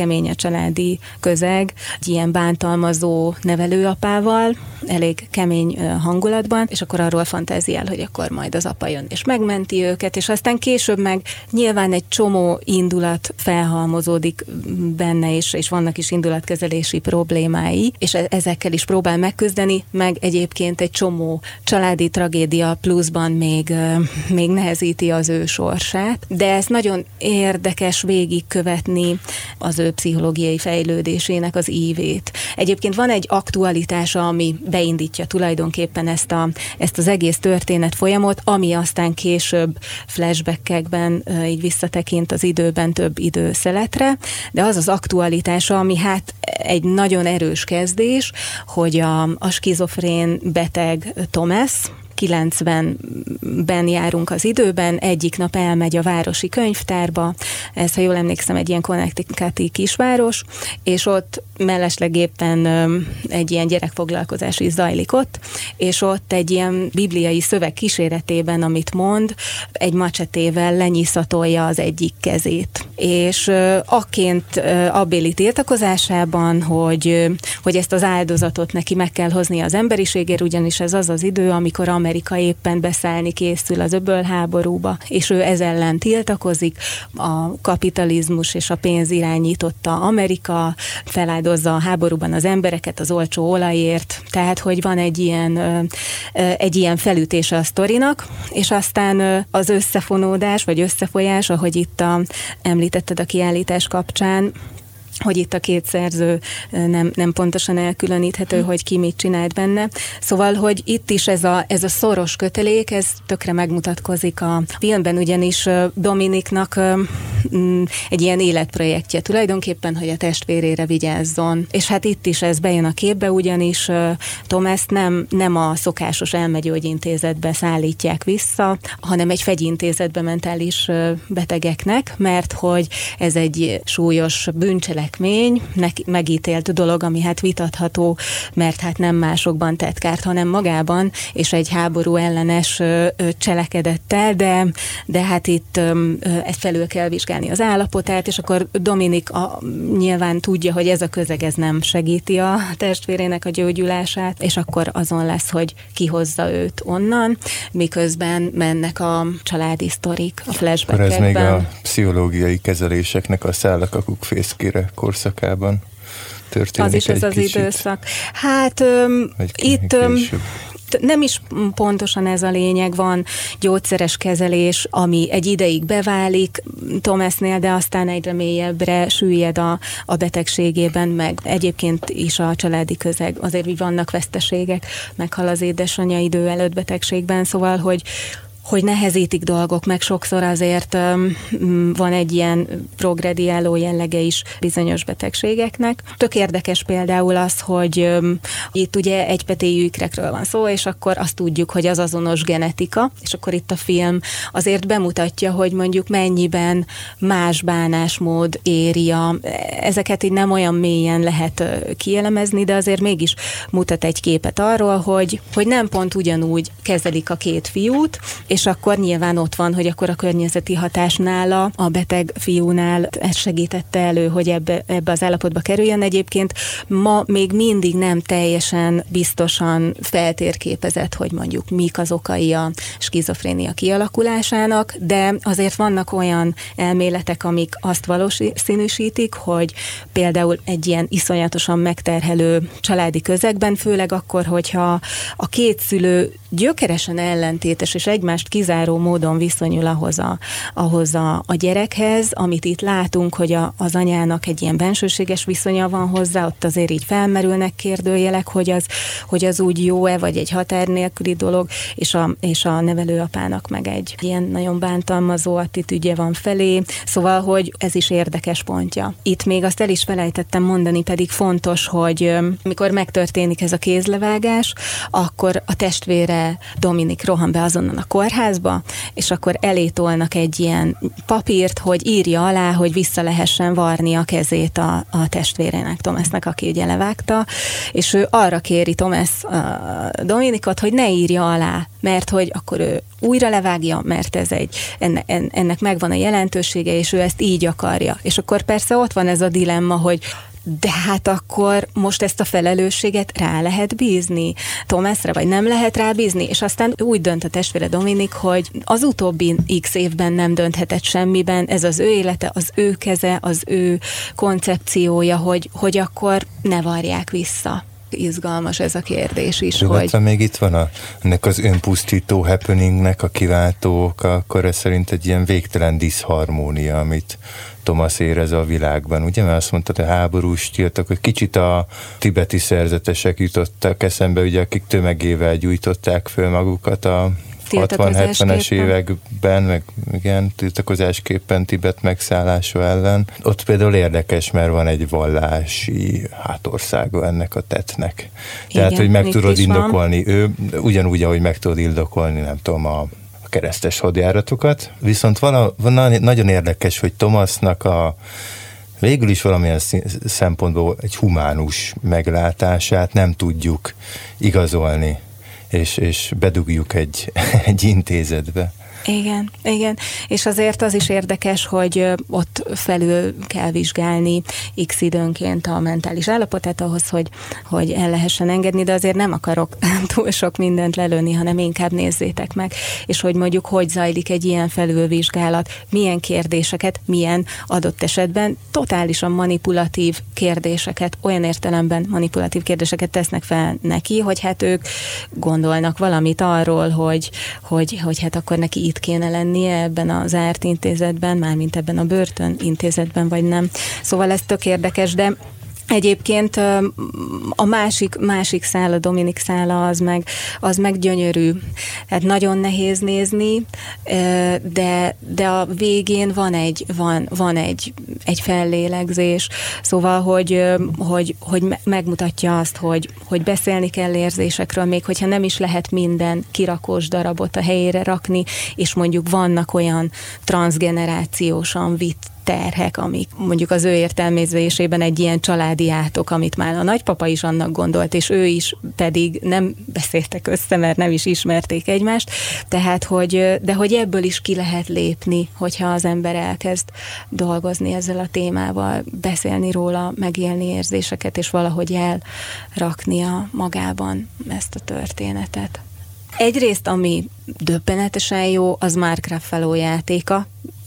családi közeg egy ilyen bántalmazó nevelőapával, elég kemény hangulatban, és akkor arról fantáziál, hogy akkor majd az apa jön és megmenti őket, és aztán később meg nyilván egy csomó indulat felhalmozódik benne, és, és vannak is indulatkezelési problémái, és ezekkel is próbál megküzdeni, meg egyébként egy csomó családi tragédia pluszban még, még nehezíti az ő sorsát, de ez nagyon érdekes végigkövetni az ő pszichológiai fejlődésének az ívét. Egyébként van egy aktualitása, ami beindítja tulajdonképpen ezt, a, ezt az egész történet folyamot, ami aztán később flashbackekben így visszatekint az időben több időszeletre, de az az aktualitása, ami hát egy nagyon erős kezdés, hogy a, a skizofrén beteg Thomas, kilencvenben járunk az időben, egyik nap elmegy a városi könyvtárba, ez, ha jól emlékszem, egy ilyen connecticuti kisváros, és ott mellesleg éppen egy ilyen gyerekfoglalkozás is zajlik ott, és ott egy ilyen bibliai szöveg kíséretében, amit mond, egy macsetével lenyiszatolja az egyik kezét. És akként abbéli tiltakozásában, hogy, hogy ezt az áldozatot neki meg kell hozni az emberiségért, ugyanis ez az az idő, amikor Amerika éppen beszállni készül az öbölháborúba, és ő ez ellen tiltakozik, a kapitalizmus és a pénz irányította Amerika, feláldozza a háborúban az embereket az olcsó olajért, tehát hogy van egy ilyen, egy ilyen felütése a sztorinak, és aztán az összefonódás, vagy összefolyás, ahogy itt a, említetted a kiállítás kapcsán, hogy itt a két szerző nem, nem pontosan elkülöníthető, hogy ki mit csinált benne. Szóval, hogy itt is ez a, ez a szoros kötelék, ez tökre megmutatkozik a filmben, ugyanis Dominiknak egy ilyen életprojektje tulajdonképpen, hogy a testvérére vigyázzon. És hát itt is ez bejön a képbe, ugyanis Thomást nem, nem a szokásos elmegyógyintézetbe szállítják vissza, hanem egy fegyintézetbe mentális betegeknek, mert hogy ez egy súlyos bűncselekmény, megítélt dolog, ami hát vitatható, mert hát nem másokban tett kárt, hanem magában, és egy háború ellenes cselekedettel, de, de hát itt ezt felül kell vizsgálni az állapotát, és akkor Dominik a, nyilván tudja, hogy ez a közeg ez nem segíti a testvérének a gyógyulását, és akkor azon lesz, hogy kihozza őt onnan, miközben mennek a családi sztorik, a flashbackekben. Akkor ez még a pszichológiai kezeléseknek a szállakakuk fészkére korszakában történik. Az is ez az kicsit. Időszak. Hát öm, itt öm, nem is pontosan ez a lényeg, van gyógyszeres kezelés, ami egy ideig beválik Thomasnél, de aztán egyre mélyebbre süllyed a, a betegségében, meg egyébként is a családi közeg. Azért így vannak veszteségek, meghal az édesanyja idő előtt betegségben, szóval, hogy hogy nehezítik dolgok, meg sokszor azért um, van egy ilyen progrediáló jellege is bizonyos betegségeknek. Tök érdekes például az, hogy um, itt ugye egypetéjű ikrekről van szó, és akkor azt tudjuk, hogy az azonos genetika, és akkor itt a film azért bemutatja, hogy mondjuk mennyiben más bánásmód éri a, ezeket így nem olyan mélyen lehet kielemezni, de azért mégis mutat egy képet arról, hogy, hogy nem pont ugyanúgy kezelik a két fiút, és akkor nyilván ott van, hogy akkor a környezeti hatás nála, a beteg fiúnál ez segítette elő, hogy ebbe, ebbe az állapotba kerüljön. Egyébként ma még mindig nem teljesen biztosan feltérképezett, hogy mondjuk mik az okai a skizofrénia kialakulásának, de azért vannak olyan elméletek, amik azt valószínűsítik, hogy például egy ilyen iszonyatosan megterhelő családi közegben, főleg akkor, hogyha a két szülő gyökeresen ellentétes és egymást kizáró módon viszonyul ahhoz a, ahhoz a, a gyerekhez, amit itt látunk, hogy a, az anyának egy ilyen bensőséges viszonya van hozzá, ott azért így felmerülnek kérdőjelek, hogy az, hogy az úgy jó-e, vagy egy határ nélküli dolog, és a, és a nevelőapának meg egy ilyen nagyon bántalmazó attitűdje van felé, szóval, hogy ez is érdekes pontja. Itt még azt el is felejtettem mondani, pedig fontos, hogy mikor megtörténik ez a kézlevágás, akkor a testvére Dominik rohan be azonnal a kórházba, és akkor elé tolnak egy ilyen papírt, hogy írja alá, hogy vissza lehessen varni a kezét a, a testvérének, Thomasnek, aki ugye levágta, és ő arra kéri Thomas a Dominikot, hogy ne írja alá, mert hogy akkor ő újra levágja, mert ez egy, enne, ennek megvan a jelentősége, és ő ezt így akarja. És akkor persze ott van ez a dilemma, hogy de hát akkor most ezt a felelősséget rá lehet bízni Thomasra, vagy nem lehet rá bízni, és aztán úgy dönt a testvére Dominik, hogy az utóbbi x évben nem dönthetett semmiben, ez az ő élete, az ő keze, az ő koncepciója, hogy, hogy akkor ne varják vissza. Izgalmas ez a kérdés is, Nyugodtan hogy... még itt van a, ennek az önpusztító happeningnek a kiváltó oka, akkor ez szerint egy ilyen végtelen diszharmónia, amit Thomas érez a világban. Ugye, mert azt mondtad, a háborús tiltak, hogy kicsit a tibeti szerzetesek jutottak eszembe, ugye, akik tömegével gyújtották föl magukat a hatvan-hetvenes években, meg igen, tiltakozásképpen Tibet megszállása ellen. Ott például érdekes, mert van egy vallási hátországa ennek a tettnek. Tehát, igen, hogy meg tudod indokolni, van. ő ugyanúgy, ahogy meg tudod indokolni, nem tudom, a keresztes hadjáratokat. Viszont vala, nagyon érdekes, hogy Thomasnak a végül is valamilyen szempontból egy humánus meglátását nem tudjuk igazolni, és, és bedugjuk egy, egy intézetbe. Igen, igen, és azért az is érdekes, hogy ott felül kell vizsgálni x időnként a mentális állapotát ahhoz, hogy, hogy el lehessen engedni, de azért nem akarok túl sok mindent lelőni, hanem inkább nézzétek meg, és hogy mondjuk hogy zajlik egy ilyen felülvizsgálat, milyen kérdéseket, milyen adott esetben totálisan manipulatív kérdéseket, olyan értelemben manipulatív kérdéseket tesznek fel neki, hogy hát ők gondolnak valamit arról, hogy, hogy, hogy hát akkor neki itt kéne lennie ebben a zárt intézetben, mármint ebben a börtön intézetben, vagy nem. Szóval ez tök érdekes, de egyébként a másik, másik szál, a Dominik szála, az meg, az meg gyönyörű. Hát nagyon nehéz nézni, de, de a végén van egy, van, van egy, egy fellélegzés, szóval, hogy, hogy, hogy megmutatja azt, hogy, hogy beszélni kell érzésekről, még hogyha nem is lehet minden kirakós darabot a helyére rakni, és mondjuk vannak olyan transzgenerációsan vitt terhek, amik mondjuk az ő értelmezésében egy ilyen családi átok, amit már a nagypapa is annak gondolt, és ő is, pedig nem beszéltek össze, mert nem is ismerték egymást, tehát, hogy, de hogy ebből is ki lehet lépni, hogyha az ember elkezd dolgozni ezzel a témával, beszélni róla, megélni érzéseket, és valahogy elraknia magában ezt a történetet. Egyrészt, ami döbbenetesen jó, az Mark Ruffalo játéka,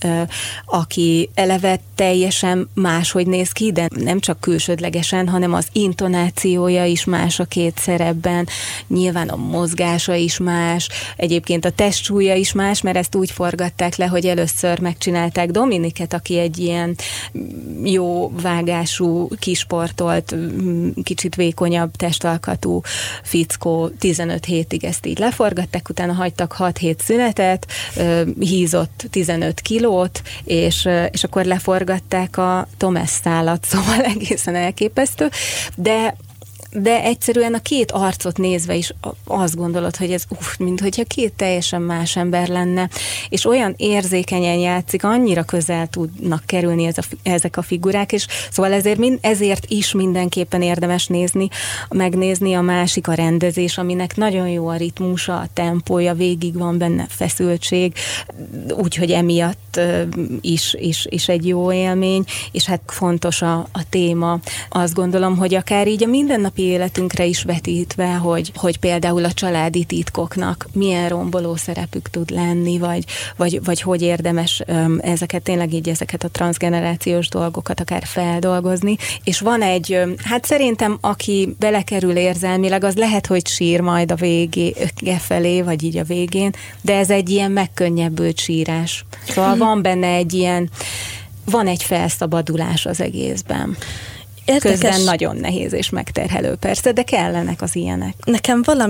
aki eleve teljesen máshogy néz ki, de nem csak külsődlegesen, hanem az intonációja is más a két szerepben, nyilván a mozgása is más, egyébként a testsúlya is más, mert ezt úgy forgatták le, hogy először megcsinálták Dominiket, aki egy ilyen jó vágású, kisportolt, kicsit vékonyabb testalkatú fickó, tizenöt hétig ezt így leforgatták, utána hagytak hat hét szünetet, hízott tizenöt kilót, és, és akkor leforgatták a Thomas szálat, szóval egészen elképesztő, de de egyszerűen a két arcot nézve is azt gondolod, hogy ez uff, minthogyha két teljesen más ember lenne, és olyan érzékenyen játszik, annyira közel tudnak kerülni ez a, ezek a figurák, és szóval ezért, mind, ezért is mindenképpen érdemes nézni, megnézni. A másik a rendezés, aminek nagyon jó a ritmusa, a tempója, végig van benne feszültség, úgyhogy emiatt is, is, is egy jó élmény, és hát fontos a, a téma. Azt gondolom, hogy akár így a mindennapi életünkre is vetítve, hogy, hogy például a családi titkoknak milyen romboló szerepük tud lenni, vagy, vagy, vagy hogy érdemes um, ezeket, tényleg így ezeket a transzgenerációs dolgokat akár feldolgozni. És van egy, um, hát szerintem aki belekerül érzelmileg, az lehet, hogy sír majd a vége felé, vagy így a végén, de ez egy ilyen megkönnyebbült sírás. Szóval van benne egy ilyen, van egy felszabadulás az egészben. Érdekes. Közben nagyon nehéz és megterhelő persze, de kellenek az ilyenek. Nekem valamiért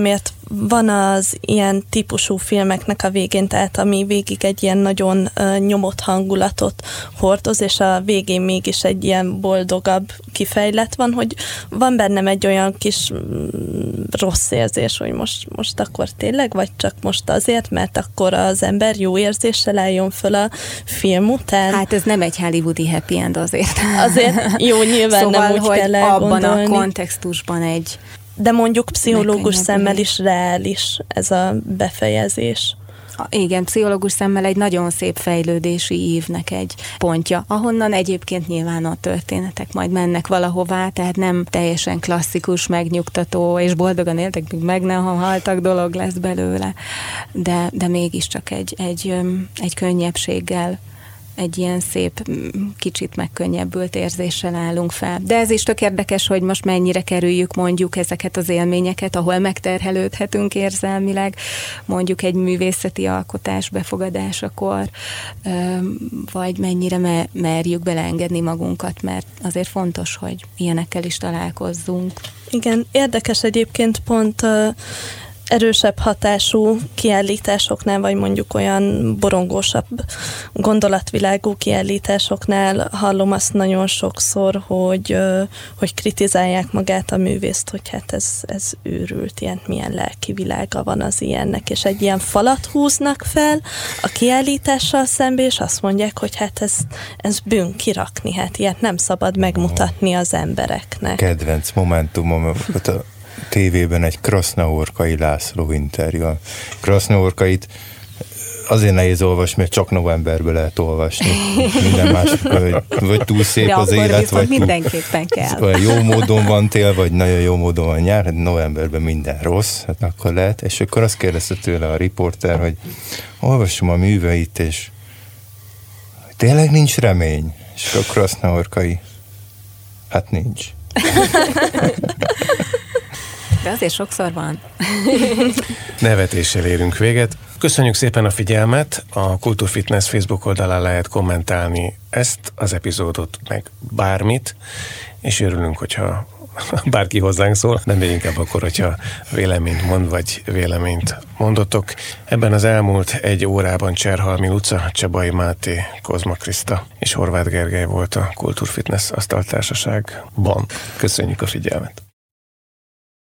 van az ilyen típusú filmeknek a végén, tehát ami végig egy ilyen nagyon uh, nyomott hangulatot hordoz, és a végén mégis egy ilyen boldogabb kifejlet van, hogy van bennem egy olyan kis mm, rossz érzés, hogy most, most akkor tényleg, vagy csak most azért, mert akkor az ember jó érzéssel álljon föl a film után. Hát ez nem egy hollywoodi happy end azért. Azért jó, nyilván szóval, nem úgy hogy kell elgondolni. Abban a elgondolni. kontextusban egy De mondjuk pszichológus szemmel is reális ez a befejezés. Igen, pszichológus szemmel egy nagyon szép fejlődési ívnek egy pontja, ahonnan egyébként nyilván a történetek majd mennek valahová, tehát nem teljesen klasszikus, megnyugtató, és boldogan éltek, még meg nem haltak dolog lesz belőle, de, de mégiscsak egy, egy, egy könnyebbséggel, egy ilyen szép, kicsit megkönnyebbült érzéssel állunk fel. De ez is tök érdekes, hogy most mennyire kerüljük mondjuk ezeket az élményeket, ahol megterhelődhetünk érzelmileg, mondjuk egy művészeti alkotás befogadásakor, vagy mennyire merjük beleengedni magunkat, mert azért fontos, hogy ilyenekkel is találkozzunk. Igen, érdekes egyébként pont erősebb hatású kiállításoknál, vagy mondjuk olyan borongósabb gondolatvilágú kiállításoknál hallom azt nagyon sokszor, hogy, hogy kritizálják magát a művészt, hogy hát ez, ez őrült, ilyen milyen lelki világa van az ilyennek, és egy ilyen falat húznak fel a kiállítással szembe, és azt mondják, hogy hát ez, ez bűn kirakni, hát ilyet nem szabad megmutatni az embereknek. Kedvenc momentumom a tévében egy Krasznahorkai László interjú. Krasznahorkait azért nehéz olvasni, mert csak novemberben lehet olvasni. Minden másik, vagy, vagy túl szép de az élet, vagy mindenképpen kell. Vagy jó módon van tél, vagy nagyon jó módon van nyár, hát novemberben minden rossz, hát akkor lehet. És akkor azt kérdezte tőle a riporter, hogy olvasom a műveit, és tényleg nincs remény. És akkor Krasznahorkai, hát nincs. De azért sokszor van. Nevetéssel érünk véget. Köszönjük szépen a figyelmet, a Kultúrfitness Facebook oldalán lehet kommentálni ezt az epizódot, meg bármit, és örülünk, hogyha bárki hozzánk szól, de még inkább akkor, hogyha véleményt mond, vagy véleményt mondotok. Ebben az elmúlt egy órában Cserhalmi Luca, Csabai Máté, Kozma Kriszta és Horváth Gergely volt a Kultúrfitness asztaltársaságban. Köszönjük a figyelmet!